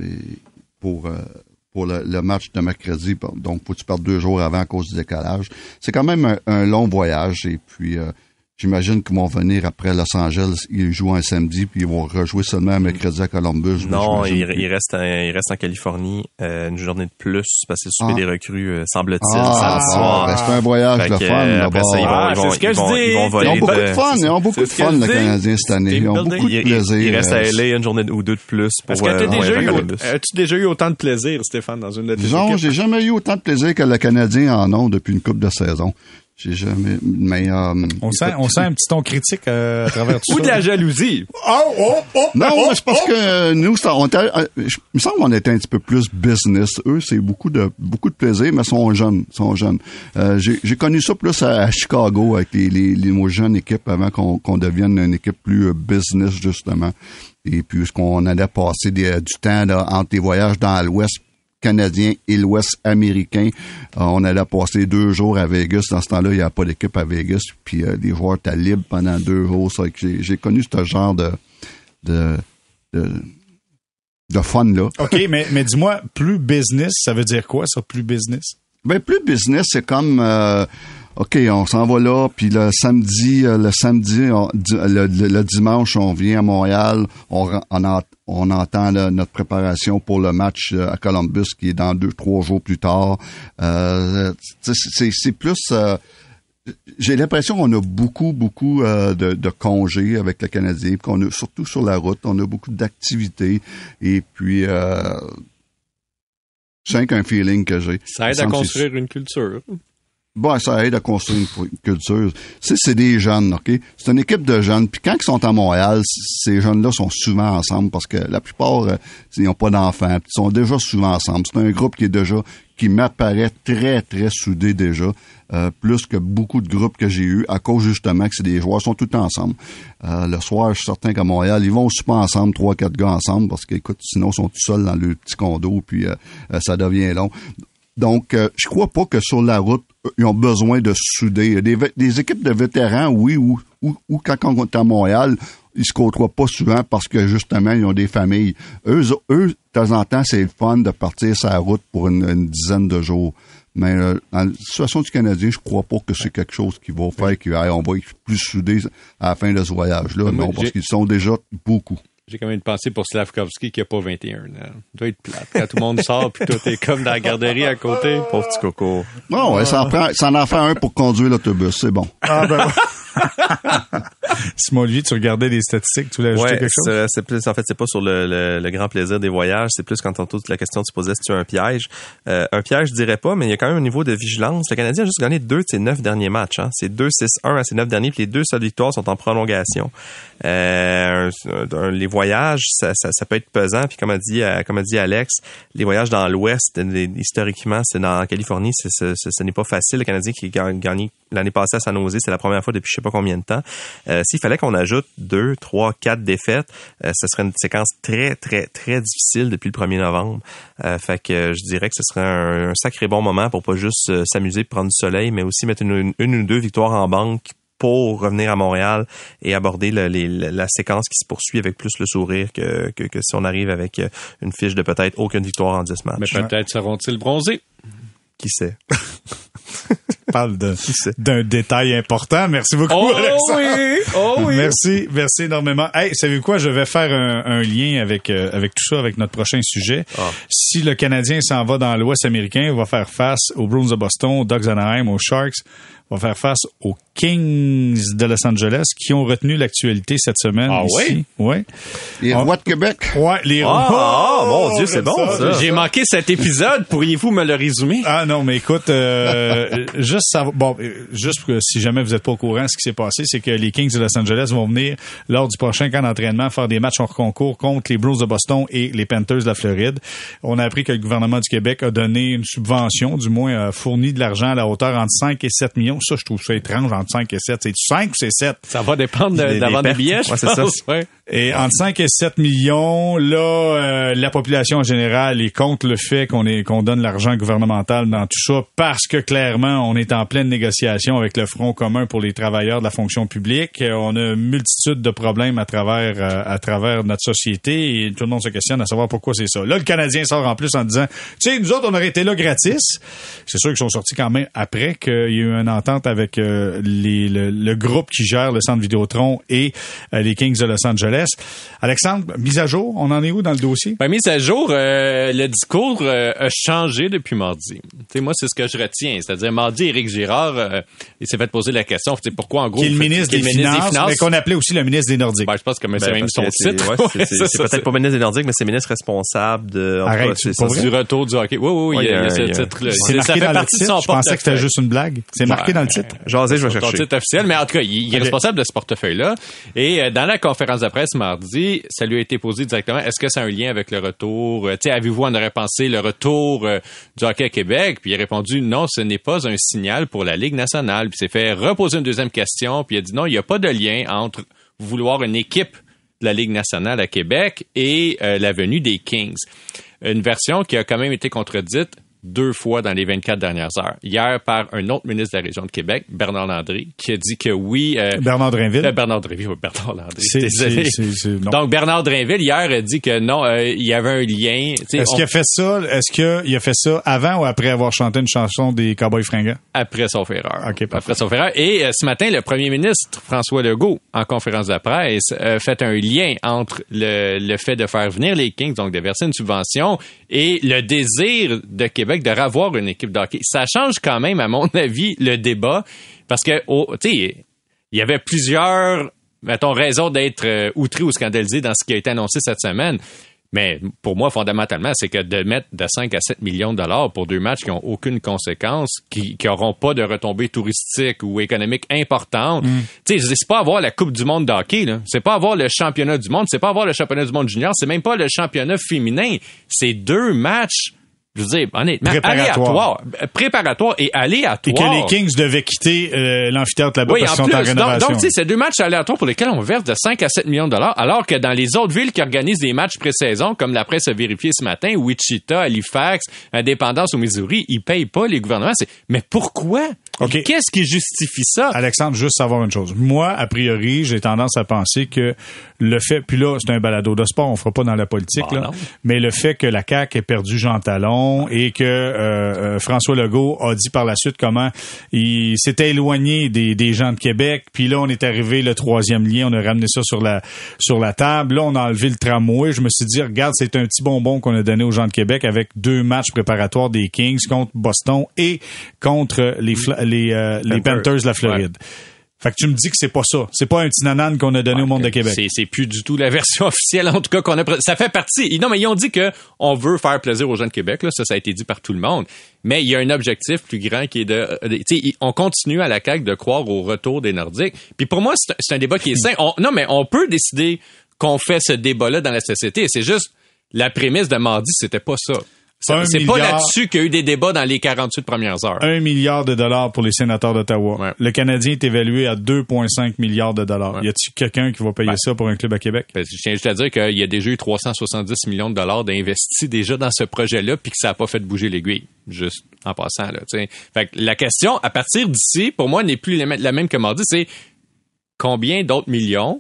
pour le match de mercredi. Donc, faut que tu partes 2 jours avant à cause du décalage. C'est quand même un long voyage. Et puis, j'imagine qu'ils vont venir après Los Angeles. Ils jouent un samedi, puis ils vont rejouer seulement un mercredi à Columbus. Non, ils restent en Californie une journée de plus parce que c'est des recrues, semble-t-il, samedi soir. C'est un voyage de fun. Après ça, ils vont voler. Ils ont beaucoup de fun. Ils ont beaucoup de fun, le Canadien, cette année. Ils ont beaucoup de plaisir. Ils restent à LA une journée ou 2 de plus. Est-ce que as-tu déjà eu autant de plaisir, Stéphane, dans une de tes équipes? Non, j'ai jamais eu autant de plaisir que le Canadien en ont depuis une couple de saisons. J'ai jamais, mais on sent un petit ton critique à travers tout ça. Ou de la jalousie. Non, c'est parce que nous, il me semble qu'on était un petit peu plus business. Eux, c'est beaucoup de plaisir, mais sont jeunes. J'ai connu ça plus à Chicago avec les jeunes équipes avant qu'on devienne une équipe plus business justement. Et puis qu'on allait passer du temps là, entre les voyages dans l'Ouest canadien et l'Ouest américain. On allait passer 2 jours à Vegas. Dans ce temps-là, il n'y a pas d'équipe à Vegas. Puis les joueurs étaient libres pendant 2 jours. Ça, j'ai connu ce genre de fun-là. OK, mais dis-moi, plus business, ça veut dire quoi, ça, plus business? Ben, plus business, c'est comme... OK, on s'en va là, puis le samedi, le dimanche, on vient à Montréal, on entend notre préparation pour le match à Columbus qui est dans 2-3 jours plus tard. C'est plus... j'ai l'impression qu'on a beaucoup de congés avec le Canadien, qu'on a surtout sur la route, on a beaucoup d'activités, et puis c'est un feeling que j'ai. Ça aide à construire une culture. Bon, ça aide à construire une culture. C'est des jeunes, OK? C'est une équipe de jeunes. Puis quand ils sont à Montréal, ces jeunes-là sont souvent ensemble parce que la plupart, ils n'ont pas d'enfants. Ils sont déjà souvent ensemble. C'est un groupe qui m'apparaît très, très soudé déjà. Plus que beaucoup de groupes que j'ai eus, à cause justement que c'est des joueurs qui sont tout le temps ensemble. Le soir, je suis certain qu'à Montréal, ils vont super ensemble, 3-4 gars ensemble, parce qu'écoute, sinon ils sont tout seuls dans le petit condo, puis ça devient long. Donc, je crois pas que sur la route, ils ont besoin de souder. Des équipes de vétérans, oui, ou quand on est à Montréal, ils se côtoient pas souvent parce que, justement, ils ont des familles. Eux, de temps en temps, c'est le fun de partir sur la route pour une dizaine de jours. Mais dans la situation du Canadien, je crois pas que c'est quelque chose qui va faire qu'on va être plus soudés à la fin de ce voyage-là. Non, parce qu'ils sont déjà beaucoup. J'ai quand même une pensée pour Slavkovski qui a pas 21 ans. Ça doit être plate. Quand tout le monde sort puis toi t'es comme dans la garderie à côté. Pauvre petit coco. Non, ouais, ça en fait un pour conduire l'autobus, c'est bon. Ah ben Simon Olivier, tu regardais les statistiques, tu voulais ajouter quelque chose? C'est plus, en fait, c'est pas sur le grand plaisir des voyages, c'est plus quand tantôt la question tu posais si tu as un piège. Un piège, je dirais pas, mais il y a quand même un niveau de vigilance. Le Canadien a juste gagné 2 de ses 9 derniers matchs. Hein. C'est 2-6-1 à ses 9 derniers, puis les 2 seules victoires sont en prolongation. Les voyages, ça peut être pesant, puis comme a dit Alex, les voyages dans l'Ouest, historiquement, c'est dans la Californie, ce n'est pas facile. Le Canadien qui a gagné l'année passée à San Jose, c'est la première fois depuis je sais pas combien de temps. S'il fallait qu'on ajoute 2, 3, 4 défaites, ce serait une séquence très, très, très difficile depuis le 1er novembre. Fait que je dirais que ce serait un sacré bon moment pour pas juste s'amuser et prendre du soleil, mais aussi mettre une ou 2 victoires en banque pour revenir à Montréal et aborder la séquence qui se poursuit avec plus le sourire que si on arrive avec une fiche de peut-être aucune victoire en 10 matchs. Mais peut-être seront-ils bronzés? Qui sait? Parle d'un détail important. Merci beaucoup, Alexandre. Oui! Oh oui! Merci énormément. Hey, savez-vous quoi? Je vais faire un lien avec tout ça, avec notre prochain sujet. Si le Canadien s'en va dans l'Ouest américain, il va faire face aux Bruins de Boston, aux Ducks d'Anaheim, aux Sharks, va faire face aux Kings de Los Angeles qui ont retenu l'actualité cette semaine. Ah ici. Oui? Ouais. Les Rois de Québec. Ouais, les Rois. Mon Dieu, c'est bon, ça. J'ai manqué cet épisode. Pourriez-vous me le résumer? Ah non, mais écoute, juste si jamais vous n'êtes pas au courant, ce qui s'est passé, c'est que les Kings de Los Angeles vont venir lors du prochain camp d'entraînement faire des matchs hors concours contre les Bruins de Boston et les Panthers de la Floride. On a appris que le gouvernement du Québec a donné une subvention, du moins a fourni de l'argent à la hauteur entre 5 et 7 millions. Ça, je trouve ça étrange, entre 5 et 7. C'est 5 ou c'est 7? Ça va dépendre d'avoir des billets, je pense. C'est ça. Ouais. Et entre 5 et 7 millions, là, la population en général est contre le fait qu'on donne l'argent gouvernemental dans tout ça parce que clairement, on est en pleine négociation avec le Front commun pour les travailleurs de la fonction publique. On a une multitude de problèmes à travers notre société et tout le monde se questionne à savoir pourquoi c'est ça. Là, le Canadien sort en plus en disant, tu sais, nous autres, on aurait été là gratis. C'est sûr qu'ils sont sortis quand même après qu'il y a eu une entente avec le groupe qui gère le centre Vidéotron et les Kings de Los Angeles. Alexandre, mise à jour, on en est où dans le dossier? Ben, mise à jour, le discours a changé depuis mardi. T'sais, moi, c'est ce que je retiens. C'est-à-dire, mardi, Éric Girard, il s'est fait poser la question, pourquoi, en gros... Qui est le ministre des Finances, mais qu'on appelait aussi le ministre des Nordiques. Ben, je pense que c'est même son titre. C'est peut-être pas ministre des Nordiques, mais c'est ministre responsable de... Arrête, c'est du retour du hockey. Oui, il y a ce titre-là. C'est marqué dans le titre. Je pensais que c'était juste une blague. C'est marqué dans le titre. Jasé, je vais chercher. Son titre officiel, mais en tout cas, il est responsable de ce portefeuille-là. Et dans la conférence de presse mardi, ça lui a été posé directement, est-ce que c'est un lien avec le retour? Avez-vous en aurait pensé le retour du hockey à Québec? Puis il a répondu, non, ce n'est pas un signal pour la Ligue nationale. Puis il s'est fait reposer une deuxième question, puis il a dit, non, il n'y a pas de lien entre vouloir une équipe de la Ligue nationale à Québec et la venue des Kings. Une version qui a quand même été contredite 2 fois dans les 24 dernières heures. Hier, par un autre ministre de la région de Québec, Bernard Landry, qui a dit que oui... Bernard Drainville. Bernard Drainville, Bernard Landry, désolé. Donc, Bernard Drainville, hier, a dit que non, il y avait un lien. Est-ce qu'il a fait ça avant ou après avoir chanté une chanson des Cowboys fringants? Après sauf erreur. OK, parfait. Après sauf erreur. Et ce matin, le premier ministre, François Legault, en conférence de presse, a fait un lien entre le fait de faire venir les Kings, donc de verser une subvention, et le désir de Québec de revoir une équipe de hockey. Ça change quand même, à mon avis, le débat, parce que, tu sais, il y avait plusieurs, mettons, raisons d'être outré ou scandalisé dans ce qui a été annoncé cette semaine. Mais pour moi, fondamentalement, c'est que de mettre de 5 à 7 millions de dollars pour 2 matchs qui n'ont aucune conséquence, qui n'auront pas de retombées touristiques ou économiques importantes, tu sais, c'est pas avoir la Coupe du monde de hockey, là. C'est pas avoir le championnat du monde, c'est pas avoir le championnat du monde junior, c'est même pas le championnat féminin. C'est 2 matchs, je veux dire, honnêtement, préparatoire et aléatoire. Et que les Kings devaient quitter l'amphithéâtre là-bas parce qu'ils sont en rénovation. Donc, tu sais, c'est 2 matchs aléatoires pour lesquels on verse de 5 à 7 millions de dollars, alors que dans les autres villes qui organisent des matchs pré-saison, comme la presse a vérifié ce matin, Wichita, Halifax, Indépendance au Missouri, ils payent pas les gouvernements. Mais pourquoi? Okay. Qu'est-ce qui justifie ça? Alexandre, juste savoir une chose. Moi, a priori, j'ai tendance à penser que le fait, puis là, c'est un balado de sport, on fera pas dans la politique, là, mais le fait que la CAQ ait perdu Jean Talon et que François Legault a dit par la suite comment il s'était éloigné des gens de Québec, puis là, on est arrivé le 3e lien, on a ramené ça sur la table, là, on a enlevé le tramway, je me suis dit, regarde, c'est un petit bonbon qu'on a donné aux gens de Québec avec 2 matchs préparatoires des Kings contre Boston et contre les Panthers de la Floride. Ouais. Fait que tu me dis que c'est pas ça. C'est pas un petit nanan qu'on a donné au monde de Québec. C'est plus du tout la version officielle, en tout cas, qu'on a. Ça fait partie. Non, mais ils ont dit que on veut faire plaisir aux gens de Québec, là. Ça a été dit par tout le monde. Mais il y a un objectif plus grand qui est tu sais, on continue à la CAQ de croire au retour des Nordiques. Puis pour moi, c'est un débat qui est sain. Non, mais on peut décider qu'on fait ce débat-là dans la société. C'est juste, la prémisse de mardi, c'était pas ça. C'est pas là-dessus qu'il y a eu des débats dans les 48 premières heures. 1 milliard de dollars pour les sénateurs d'Ottawa. Ouais. Le Canadien est évalué à 2,5 milliards de dollars. Ouais. Y a-t-il quelqu'un qui va payer ça pour un club à Québec? Je tiens juste à dire qu'il y a déjà eu 370 millions de dollars d'investis déjà dans ce projet-là puis que ça n'a pas fait bouger l'aiguille. Juste en passant, là, tu sais. Fait que la question, à partir d'ici, pour moi, n'est plus la même que mardi. C'est combien d'autres millions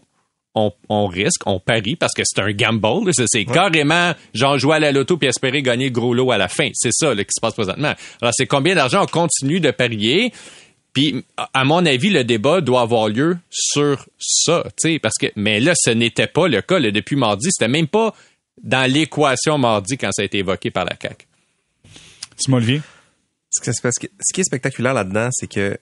on risque, on parie, parce que c'est un gamble. C'est carrément, genre, jouer à la loto puis espérer gagner le gros lot à la fin. C'est ça là, qui se passe présentement. Alors, c'est combien d'argent on continue de parier. Puis, à mon avis, le débat doit avoir lieu sur ça. Parce que, mais là, ce n'était pas le cas. Là, depuis mardi, c'était même pas dans l'équation mardi quand ça a été évoqué par la CAQ. Simon Olivier? Ce qui est spectaculaire là-dedans, c'est que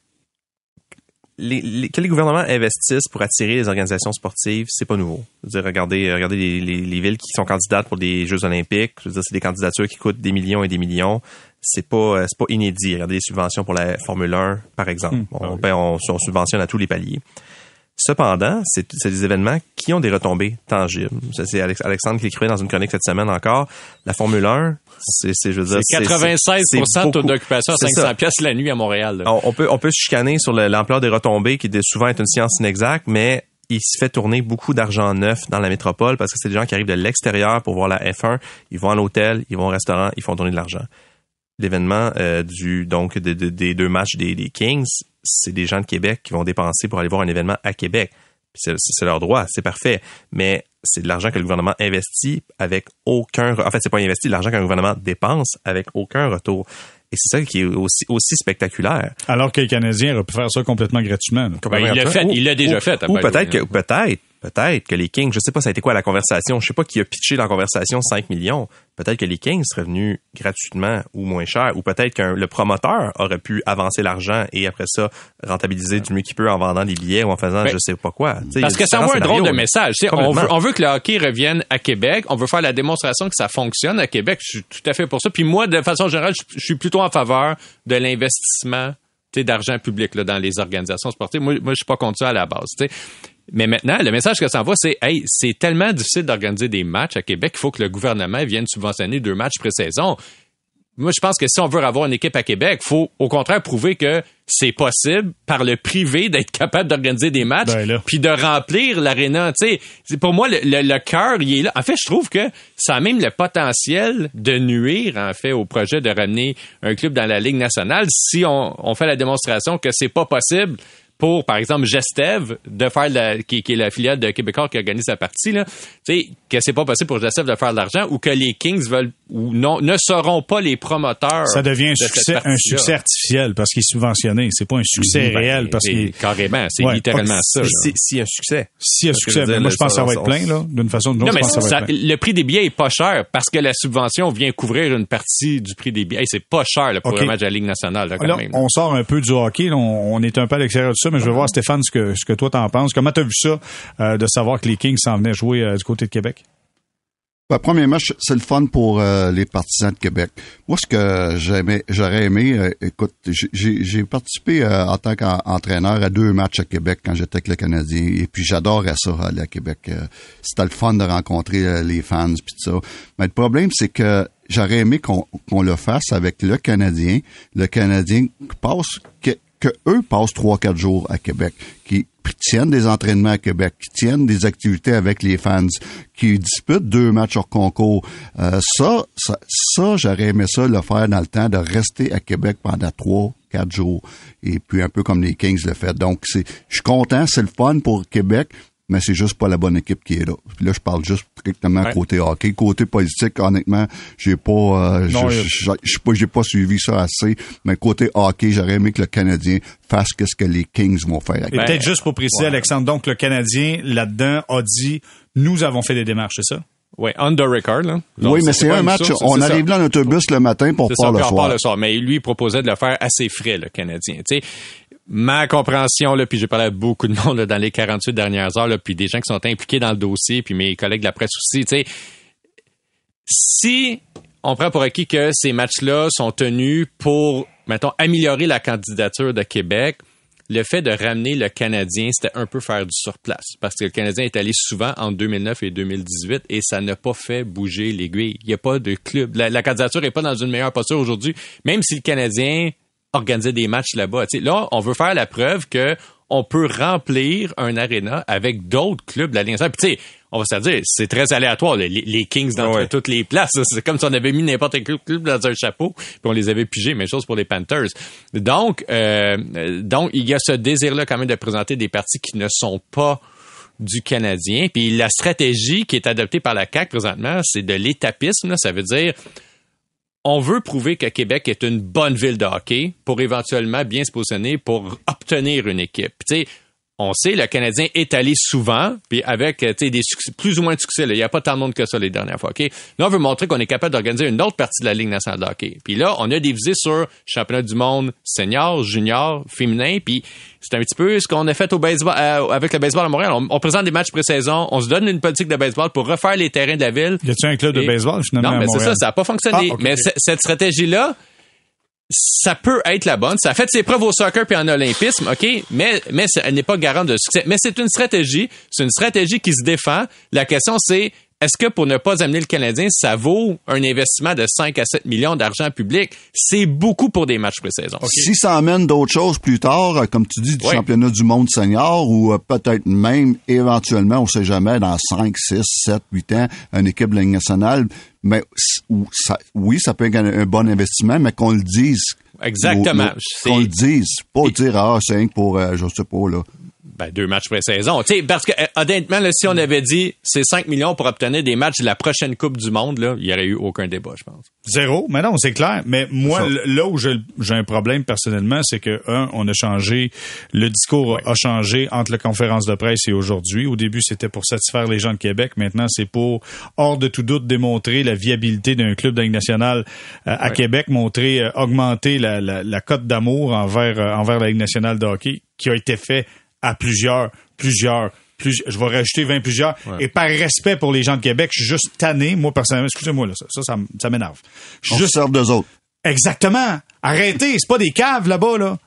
que les gouvernements investissent pour attirer les organisations sportives, c'est pas nouveau. Je veux dire, regardez les villes qui sont candidates pour des Jeux olympiques. Je veux dire, c'est des candidatures qui coûtent des millions et des millions. C'est pas inédit. Regardez les subventions pour la Formule 1, par exemple. On subventionne à tous les paliers. Cependant, c'est des événements qui ont des retombées tangibles. C'est Alexandre qui l'écrivait dans une chronique cette semaine encore. La Formule 1, c'est 96% de taux d'occupation à 500 pièces la nuit à Montréal. Là. On peut se chicaner sur l'ampleur des retombées qui souvent est une science inexacte, mais il se fait tourner beaucoup d'argent neuf dans la métropole parce que c'est des gens qui arrivent de l'extérieur pour voir la F1. Ils vont à l'hôtel, ils vont au restaurant, ils font tourner de l'argent. L'événement des 2 matchs des Kings, c'est des gens de Québec qui vont dépenser pour aller voir un événement à Québec. C'est leur droit, c'est parfait. Mais c'est de l'argent que le gouvernement investit avec aucun... En fait, c'est pas investi, l'argent qu'un gouvernement dépense avec aucun retour. Et c'est ça qui est aussi spectaculaire. Alors que les Canadiens auraient pu faire ça complètement gratuitement. Il l'a déjà fait. Ou peut-être que les Kings, je sais pas ça a été quoi la conversation, je sais pas qui a pitché dans la conversation 5 millions. Peut-être que les Kings seraient venus gratuitement ou moins cher, ou peut-être que le promoteur aurait pu avancer l'argent et après ça rentabiliser du mieux qu'il peut en vendant des billets ou en faisant je sais pas quoi. Parce que ça envoie un drôle de message. On veut que le hockey revienne à Québec, on veut faire la démonstration que ça fonctionne à Québec. Je suis tout à fait pour ça. Puis moi, de façon générale, je suis plutôt en faveur de l'investissement d'argent public là, dans les organisations sportives. Moi, je suis pas contre ça à la base. T'sais. Mais maintenant, le message que ça envoie, c'est hey, c'est tellement difficile d'organiser des matchs à Québec qu'il faut que le gouvernement vienne subventionner 2 matchs pré-saison. Moi, je pense que si on veut avoir une équipe à Québec, faut au contraire prouver que c'est possible par le privé d'être capable d'organiser des matchs puis de remplir l'aréna. Tu sais, pour moi, le cœur, il est là. En fait, je trouve que ça a même le potentiel de nuire, en fait, au projet de ramener un club dans la Ligue nationale si on fait la démonstration que c'est pas possible pour, par exemple, Gestev de faire qui est la filiale de Québécois qui organise la partie, là, tu sais, que c'est pas possible pour Gestev de faire de l'argent ou que les Kings veulent ou non ne seront pas les promoteurs. Ça devient un succès artificiel parce qu'il est subventionné. C'est pas un succès réel parce qu'il carrément, c'est littéralement ça. C'est un succès. Si un succès, moi je pense que ça va être plein là, d'une façon ou d'une autre. Non, mais le prix des billets est pas cher parce que la subvention vient couvrir une partie du prix des billets. Hey, c'est pas cher là, pour un match de la Ligue nationale là, quand même. On sort un peu du hockey, là, on est un peu à l'extérieur de ça, mais je veux voir Stéphane ce que toi t'en penses. Comment t'as vu ça de savoir que les Kings s'en venaient jouer du côté de Québec? Le premier match, c'est le fun pour les partisans de Québec. Moi, ce que j'aurais aimé, écoute, j'ai participé en tant qu'entraîneur à 2 matchs à Québec quand j'étais avec le Canadien, et puis j'adorais ça, aller à Québec. C'était le fun de rencontrer les fans, puis tout ça. Mais le problème, c'est que j'aurais aimé qu'on le fasse avec le Canadien. Le Canadien que eux passent 3-4 jours à Québec, qui tiennent des entraînements à Québec, qui tiennent des activités avec les fans, qui disputent 2 matchs hors concours. Ça, j'aurais aimé ça le faire dans le temps de rester à Québec pendant 3-4 jours. Et puis un peu comme les Kings le fait. Donc, je suis content, c'est le fun pour Québec, mais c'est juste pas la bonne équipe qui est là. Puis là, je parle juste strictement côté hockey. Côté politique, honnêtement, j'ai pas suivi ça assez. Mais côté hockey, j'aurais aimé que le Canadien fasse ce que les Kings vont faire. Et peut-être juste pour préciser, Alexandre, donc le Canadien, là-dedans, a dit, nous avons fait des démarches, c'est ça? Oui, on the record, là. Donc, oui, mais c'est un match. On arrive là en autobus le matin pour part le soir. Mais lui, il proposait de le faire assez frais, le Canadien. Tu sais, ma compréhension, là, puis j'ai parlé à beaucoup de monde là, dans les 48 dernières heures, là, puis des gens qui sont impliqués dans le dossier, puis mes collègues de la presse aussi, tu sais, si on prend pour acquis que ces matchs-là sont tenus pour, mettons, améliorer la candidature de Québec, le fait de ramener le Canadien, c'était un peu faire du surplace, parce que le Canadien est allé souvent entre 2009 et 2018 et ça n'a pas fait bouger l'aiguille. Il n'y a pas de club. La candidature n'est pas dans une meilleure posture aujourd'hui, même si le Canadien organiser des matchs là-bas. T'sais, là, on veut faire la preuve que on peut remplir un aréna avec d'autres clubs de la Ligue nationale. Puis tu sais, on va se dire, c'est très aléatoire, les Kings dans toutes les places. C'est comme si on avait mis n'importe quel club dans un chapeau, puis on les avait pigés. Même chose pour les Panthers. Donc, il y a ce désir-là quand même de présenter des parties qui ne sont pas du Canadien. Puis la stratégie qui est adoptée par la CAQ présentement, c'est de l'étapisme. Là. Ça veut dire on veut prouver que Québec est une bonne ville de hockey pour éventuellement bien se positionner pour obtenir une équipe. Tu sais, on sait, le Canadien est allé souvent, puis avec des succès, plus ou moins de succès. Il n'y a pas tant de monde que ça les dernières fois. Okay? Là, on veut montrer qu'on est capable d'organiser une autre partie de la Ligue nationale de hockey. Puis là, on a des visées sur championnat du monde senior, junior, féminin, puis c'est un petit peu ce qu'on a fait au baseball, avec le baseball à Montréal. On présente des matchs pré-saison, on se donne une politique de baseball pour refaire les terrains de la ville. Y a-t-il un club de baseball finalement à Montréal? Non, mais c'est ça n'a pas fonctionné. Ah, okay. Mais cette stratégie-là, ça peut être la bonne. Ça a fait ses preuves au soccer puis en olympisme, OK? Mais elle n'est pas garante de succès. Mais c'est une stratégie qui se défend. La question, c'est est-ce que pour ne pas amener le Canadien, ça vaut un investissement de 5 à 7 millions d'argent public? C'est beaucoup pour des matchs pré-saison. Okay. Si ça amène d'autres choses plus tard, comme tu dis, du championnat du monde senior ou peut-être même, éventuellement, on sait jamais, dans 5, 6, 7, 8 ans, une équipe de la Ligue nationale, mais ça peut être un bon investissement, mais qu'on le dise. Exactement. Qu'on le dise. Pas dire, c'est rien pour, je sais pas, là. 2 matchs pré-saison. Parce que, honnêtement, là, si on avait dit c'est 5 millions pour obtenir des matchs de la prochaine Coupe du Monde, là, il n'y aurait eu aucun débat, je pense. 0. Mais non, c'est clair. Mais moi, là où j'ai un problème personnellement, c'est que, on a changé, le discours a changé entre la conférence de presse et aujourd'hui. Au début, c'était pour satisfaire les gens de Québec. Maintenant, c'est pour, hors de tout doute, démontrer la viabilité d'un club de la Ligue nationale à Québec, augmenter la cote d'amour envers la Ligue nationale de hockey, qui a été fait à plusieurs, je vais rajouter 20 plusieurs. Ouais. Et par respect pour les gens de Québec, je suis juste tanné, moi, personnellement, excusez-moi, là, ça m'énerve. On se sert d'eux autres. Exactement. Arrêtez, c'est pas des caves là-bas, là.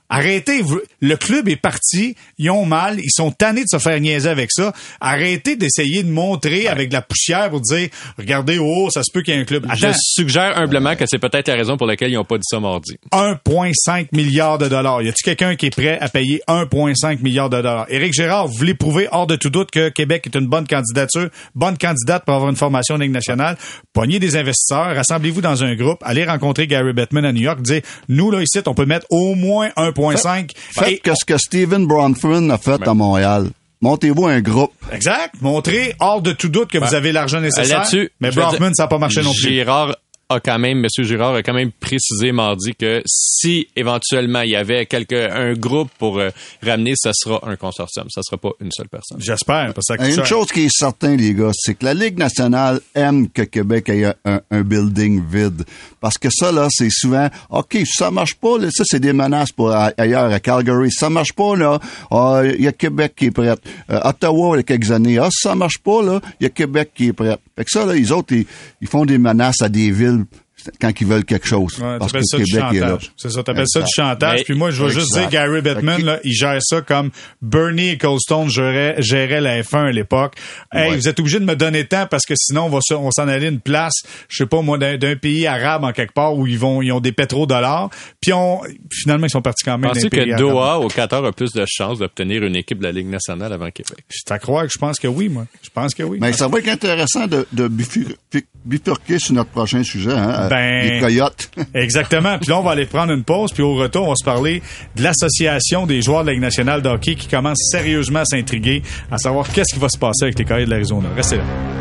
Arrêtez, le club est parti, ils ont mal, ils sont tannés de se faire niaiser avec ça. Arrêtez d'essayer de montrer avec de la poussière pour dire, regardez, ça se peut qu'il y ait un club. Je suggère humblement que c'est peut-être la raison pour laquelle ils n'ont pas dit ça mardi. 1,5 milliard de dollars. Y a-t-il quelqu'un qui est prêt à payer 1,5 milliard de dollars? Éric Gérard, vous voulez prouver hors de tout doute que Québec est une bonne candidate pour avoir une formation en Ligue nationale. Pognez des investisseurs, rassemblez-vous dans un groupe, allez rencontrer Gary Bettman à New York, dire, nous, là, ici, on peut mettre au moins 1,5. Faites ce que Steven Bronfman a fait à Montréal. Montez-vous un groupe. Exact. Montrez hors de tout doute que vous avez l'argent nécessaire. Là-dessus, mais Bronfman, ça n'a pas marché non plus. Monsieur Girard a quand même précisé mardi que si éventuellement il y avait un groupe pour ramener, ça sera un consortium. Ça sera pas une seule personne. J'espère. Parce que ça coûte Une cher. chose qui est certaine, les gars, c'est que la Ligue nationale aime que Québec ait un building vide. Parce que ça, là, c'est souvent, OK, ça marche pas, là, ça, c'est des menaces pour ailleurs, à Calgary. Ça marche pas, là, il y a Québec qui est prêt. Ottawa, il y a quelques années, ça marche pas, là, il y a Québec qui est prêt. Fait que ça, là, les autres, ils font des menaces à des villes quand ils veulent quelque chose. Ouais, parce que ça Québec du est là. C'est ça, t'appelles ça du chantage. Puis moi, je vais juste dire, Gary Bettman, là, il gère ça comme Bernie et Colston géraient la F1 à l'époque. Hey, vous êtes obligés de me donner temps parce que sinon, on s'en aller une place, je sais pas moi, d'un pays arabe en quelque part où ils ont des pétrodollars. Puis finalement, ils sont partis quand même d'un pays arabe. Penses-tu que Doha arabe. au Qatar a plus de chances d'obtenir une équipe de la Ligue nationale avant Québec? C'est à croire que je pense que oui, moi. Je pense que oui. Mais ça va être intéressant de bifurquer sur notre prochain sujet, hein? Les Coyotes. Exactement. Puis là, on va aller prendre une pause. Puis au retour, on va se parler de l'Association des joueurs de la Ligue nationale de hockey qui commence sérieusement à s'intriguer, à savoir qu'est-ce qui va se passer avec les Coyotes de l'Arizona. Restez là.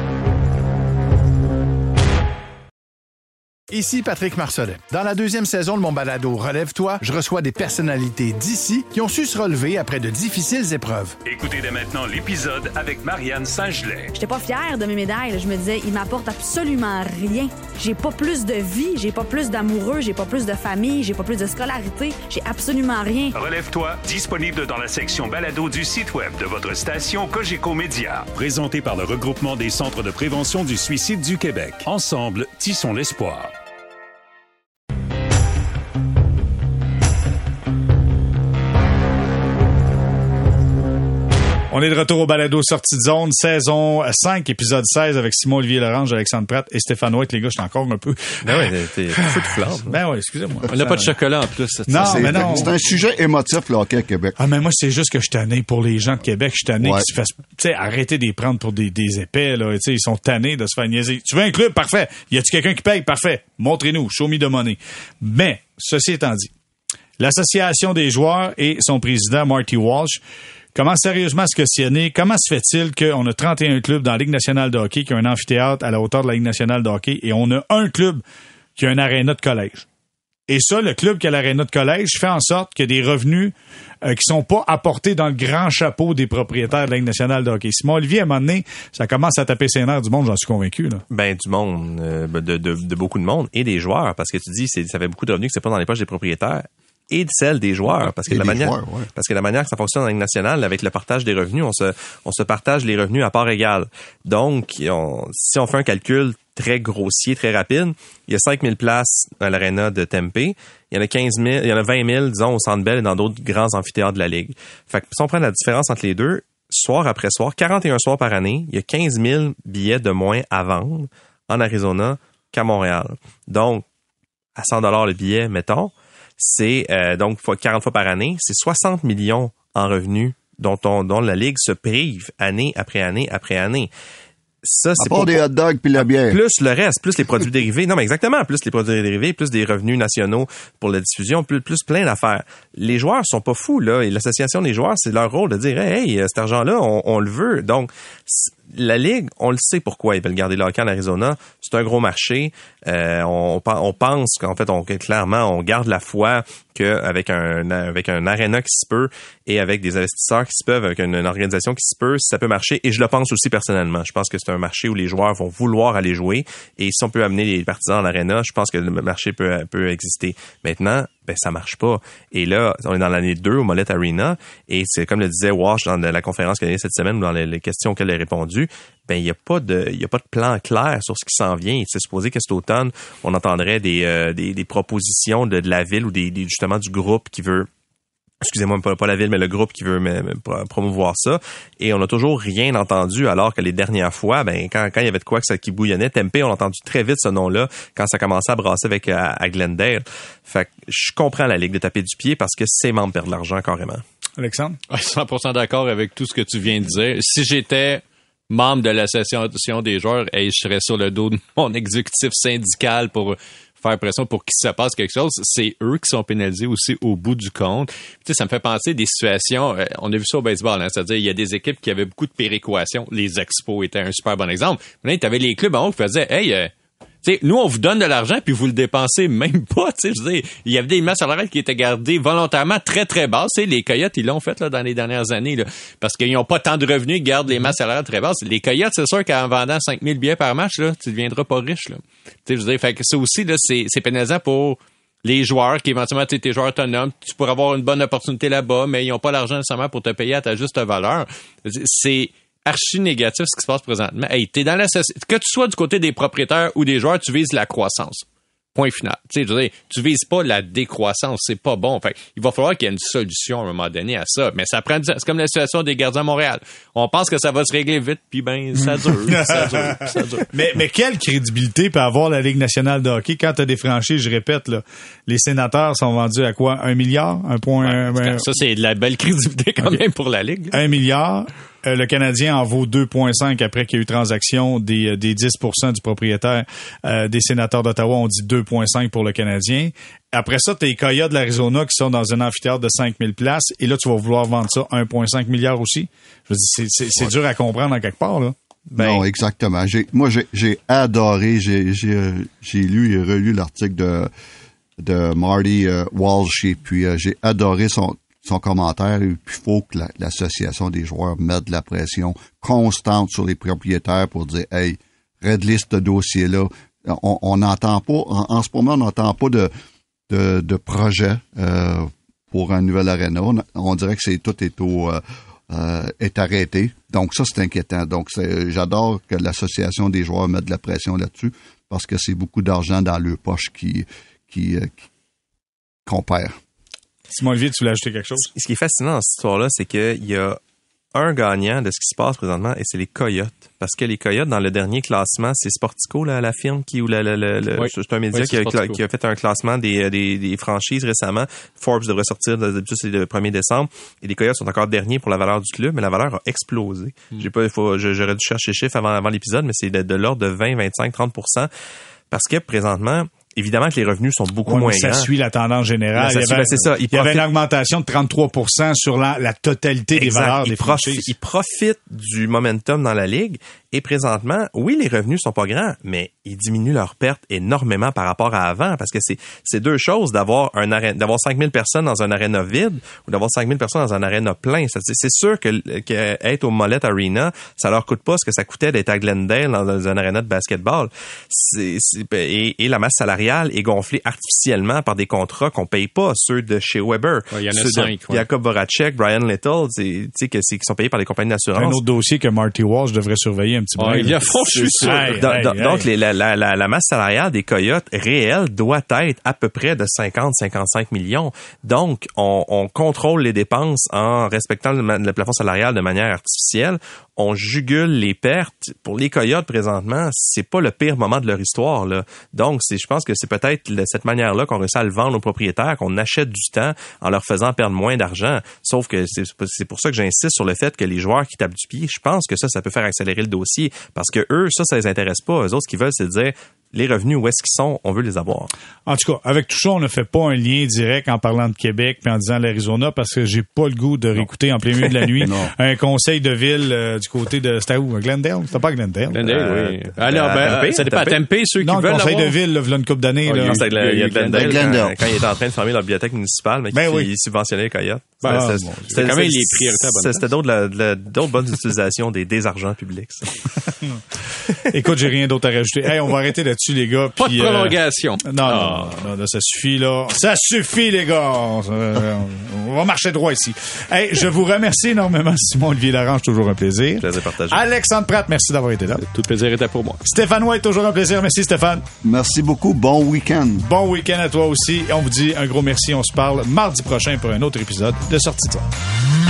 Ici Patrick Marcelet. Dans la deuxième saison de mon balado Relève-toi, je reçois des personnalités d'ici qui ont su se relever après de difficiles épreuves. Écoutez dès maintenant l'épisode avec Marianne Saint-Gelais. J'étais pas fière de mes médailles. Je me disais, ils m'apportent absolument rien. J'ai pas plus de vie, j'ai pas plus d'amoureux, j'ai pas plus de famille, j'ai pas plus de scolarité, j'ai absolument rien. Relève-toi, disponible dans la section balado du site web de votre station Cogeco Média. Présenté par le regroupement des centres de prévention du suicide du Québec. Ensemble, tissons l'espoir. On est de retour au balado Sortie de zone, saison 5, épisode 16 avec Simon-Olivier Lorange, Alexandre Pratt et Stéphane White. Les gars, je suis encore un peu... Ben ouais, t'es fou de flamme. Ben ouais, excusez-moi. On n'a pas de chocolat en plus. Non, mais non. C'est un sujet émotif, le hockey à Québec. Ah, mais moi, c'est juste que je suis tanné pour les gens de Québec. Je suis tanné qu'ils se fassent, tu sais, arrêter de les prendre pour des épais, là. Tu sais, ils sont tannés de se faire niaiser. Tu veux un club? Parfait. Y a-tu quelqu'un qui paye? Parfait. Montrez-nous. Show me the money. Mais, ceci étant dit, l'Association des joueurs et son président, Marty Walsh, commence sérieusement à se questionner comment se fait-il qu'on a 31 clubs dans la Ligue nationale de hockey qui ont un amphithéâtre à la hauteur de la Ligue nationale de hockey et on a un club qui a un aréna de collège. Et ça, le club qui a l'aréna de collège fait en sorte qu'il y a des revenus qui sont pas apportés dans le grand chapeau des propriétaires de la Ligue nationale de hockey. Simon Olivier, à un moment donné, ça commence à taper ses nerfs du monde, j'en suis convaincu. Là. Ben, du monde, de beaucoup de monde et des joueurs, parce que tu dis, ça fait beaucoup de revenus que c'est pas dans les poches des propriétaires. Et de celle des joueurs, parce que la manière que ça fonctionne en Ligue nationale, avec le partage des revenus, on se partage les revenus à part égale. Donc, si on fait un calcul très grossier, très rapide, il y a 5 000 places à l'aréna de Tempe, il y en a 20 000, disons, au Centre Bell et dans d'autres grands amphithéâtres de la Ligue. Fait que si on prend la différence entre les deux, soir après soir, 41 soirs par année, il y a 15 000 billets de moins à vendre en Arizona qu'à Montréal. Donc, à 100 $ le billet, mettons, c'est donc 40 fois par année, c'est 60 millions en revenus dont la Ligue se prive année après année après année. Ça, c'est à part des hot dogs puis la bière. Plus le reste, plus les produits dérivés. Non, mais exactement, plus les produits dérivés, plus des revenus nationaux pour la diffusion, plus plein d'affaires. Les joueurs sont pas fous, là. Et l'association des joueurs, c'est leur rôle de dire, hey, cet argent-là, on le veut. Donc, la Ligue, on le sait pourquoi ils veulent garder le hockey en Arizona. C'est un gros marché. On pense qu'en fait, clairement, on garde la foi qu'avec un aréna qui se peut et avec des investisseurs qui se peuvent, avec une organisation qui se peut, ça peut marcher. Et je le pense aussi personnellement. Je pense que c'est un marché où les joueurs vont vouloir aller jouer. Et si on peut amener les partisans à l'aréna, je pense que le marché peut exister. Maintenant, ben ça marche pas. Et là, on est dans l'année 2 au Mullet Arena et c'est comme le disait Walsh dans la conférence qu'il a donnée cette semaine ou dans les questions auxquelles il a répondu, ben il y a pas de plan clair sur ce qui s'en vient. C'est supposé que cet automne, on entendrait des propositions de la ville ou justement du groupe qui veut excusez-moi, pas la ville, mais le groupe qui veut promouvoir ça. Et on n'a toujours rien entendu, alors que les dernières fois, quand il y avait de quoi qui bouillonnait, Tempe, on a entendu très vite ce nom-là quand ça commençait à brasser avec à Glendale. Fait que je comprends la Ligue de taper du pied parce que ses membres perdent de l'argent carrément. Alexandre? 100% d'accord avec tout ce que tu viens de dire. Si j'étais membre de l'association des joueurs, je serais sur le dos de mon exécutif syndical pour faire pression pour qu'il se passe quelque chose. C'est eux qui sont pénalisés aussi au bout du compte. Tu sais, ça me fait penser des situations, on a vu ça au baseball, c'est-à-dire il y a des équipes qui avaient beaucoup de péréquation. Les Expos étaient un super bon exemple. Maintenant, tu avais les clubs en haut qui faisaient « Hey, t'sais, nous, on vous donne de l'argent, puis vous le dépensez même pas. Je veux dire, il y avait des masses salariales qui étaient gardées volontairement très, très basses. Les Coyotes, ils l'ont fait là, dans les dernières années, là, parce qu'ils n'ont pas tant de revenus, ils gardent les masses salariales très basses. Les Coyotes, c'est sûr qu'en vendant 5000 billets par match, là, tu deviendras pas riche. Là. Je veux dire, fait que ça aussi, là, c'est pénalisant pour les joueurs qui, éventuellement, t'es joueurs autonomes. Tu pourrais avoir une bonne opportunité là-bas, mais ils n'ont pas l'argent nécessairement pour te payer à ta juste valeur. C'est archi négatif ce qui se passe présentement. Hey, t'es dans la société. Que tu sois du côté des propriétaires ou des joueurs, tu vises la croissance. Point final. Tu sais, je veux dire, tu vises pas la décroissance, c'est pas bon. Fait il va falloir qu'il y ait une solution à un moment donné à ça. Mais ça prend du temps. C'est comme la situation des gardiens à Montréal. On pense que ça va se régler vite, puis ça dure, ça dure. Mais quelle crédibilité peut avoir la Ligue nationale de hockey quand t'as des franchises, je répète, là, les Sénateurs sont vendus à quoi? 1 milliard? Ça, c'est de la belle crédibilité quand même pour la Ligue. 1 milliard. Le Canadien en vaut 2,5 après qu'il y a eu transaction des 10% du propriétaire des Sénateurs d'Ottawa. On dit 2,5 pour le Canadien. Après ça, t'as les Coyotes de l'Arizona qui sont dans un amphithéâtre de 5000 places. Et là, tu vas vouloir vendre ça 1,5 milliard aussi. Je veux dire, c'est dur à comprendre en quelque part, là. Non, exactement. J'ai adoré, j'ai lu et relu l'article de Marty Walsh et puis j'ai adoré son commentaire. Il faut que l'association des joueurs mette de la pression constante sur les propriétaires pour dire, hey, règle ce dossier-là. On n'entend pas, en ce moment, on n'entend pas de projet pour un nouvel aréna. On dirait que tout est arrêté. Donc ça, c'est inquiétant. Donc j'adore que l'association des joueurs mette de la pression là-dessus parce que c'est beaucoup d'argent dans leur poche qu'on perd. Simon Olivier, tu voulais ajouter quelque chose? Ce qui est fascinant dans cette histoire-là, c'est qu'il y a un gagnant de ce qui se passe présentement, et c'est les Coyotes. Parce que les Coyotes, dans le dernier classement, c'est Sportico, la firme c'est un média qui a fait un classement des franchises récemment. Forbes devrait sortir, d'habitude, c'est le 1er décembre. Et les Coyotes sont encore derniers pour la valeur du club, mais la valeur a explosé. J'aurais dû chercher les chiffres avant l'épisode, mais c'est de l'ordre de 20, 25, 30%. Parce que présentement, évidemment que les revenus sont beaucoup moins grands. Ça suit la tendance générale. Il y avait une augmentation de 33% sur la totalité des valeurs des franchises. Ils profitent du momentum dans la Ligue. Et présentement, oui, les revenus sont pas grands, mais ils diminuent leurs pertes énormément par rapport à avant. Parce que c'est deux choses d'avoir 5000 personnes dans un aréna vide ou d'avoir 5000 personnes dans un aréna plein. C'est sûr que être au Mollett Arena, ça leur coûte pas ce que ça coûtait d'être à Glendale dans un aréna de basketball. Et la masse salariale est gonflée artificiellement par des contrats qu'on paye pas, ceux de chez Weber. Il y en a 5. Jacob Voracek, Brian Little, qui sont payés par les compagnies d'assurance. Un autre dossier que Marty Walsh devrait surveiller un petit peu. Il y a fond, je suis sûr. Donc, la masse salariale des Coyotes réelle doit être à peu près de 50-55 millions. Donc, on contrôle les dépenses en respectant le plafond salarial de manière artificielle. On jugule les pertes. Pour les Coyotes, présentement, c'est pas le pire moment de leur histoire, là. Donc, je pense que c'est peut-être cette manière-là qu'on réussit à le vendre aux propriétaires, qu'on achète du temps en leur faisant perdre moins d'argent. Sauf que c'est pour ça que j'insiste sur le fait que les joueurs qui tapent du pied, je pense que ça peut faire accélérer le dossier. Parce que eux, ça les intéresse pas. Eux autres, ce qu'ils veulent, c'est de dire, les revenus, où est-ce qu'ils sont? On veut les avoir. En tout cas, avec tout ça, on ne fait pas un lien direct en parlant de Québec puis en disant l'Arizona parce que j'ai pas le goût de réécouter en plein milieu de la nuit un conseil de ville du côté de... C'était où? Glendale? C'était pas Glendale? Glendale, oui. Alors, ça dépend à Tempe, ceux qui veulent le conseil de ville, là, une couple d'années. Il y a Glendale. Quand il était en train de fermer la bibliothèque municipale, mais il subventionnait les Coyotes. C'était quand même les priorités. C'était d'autres bonnes utilisations des désargents publics. Écoute, j'ai rien d'autre à rajouter. Hey, on va arrêter là-dessus, les gars. Pas de prolongation. Non, ça suffit, là. Ça suffit, les gars. On va marcher droit ici. Hey, je vous remercie énormément, Simon-Olivier Larange, toujours un plaisir. Plaisir partagé. Alexandre Pratt, merci d'avoir été là. Tout plaisir était pour moi. Stéphane White, toujours un plaisir. Merci, Stéphane. Merci beaucoup. Bon week-end. Bon week-end à toi aussi. Et on vous dit un gros merci. On se parle mardi prochain pour un autre épisode de de sortie de zone.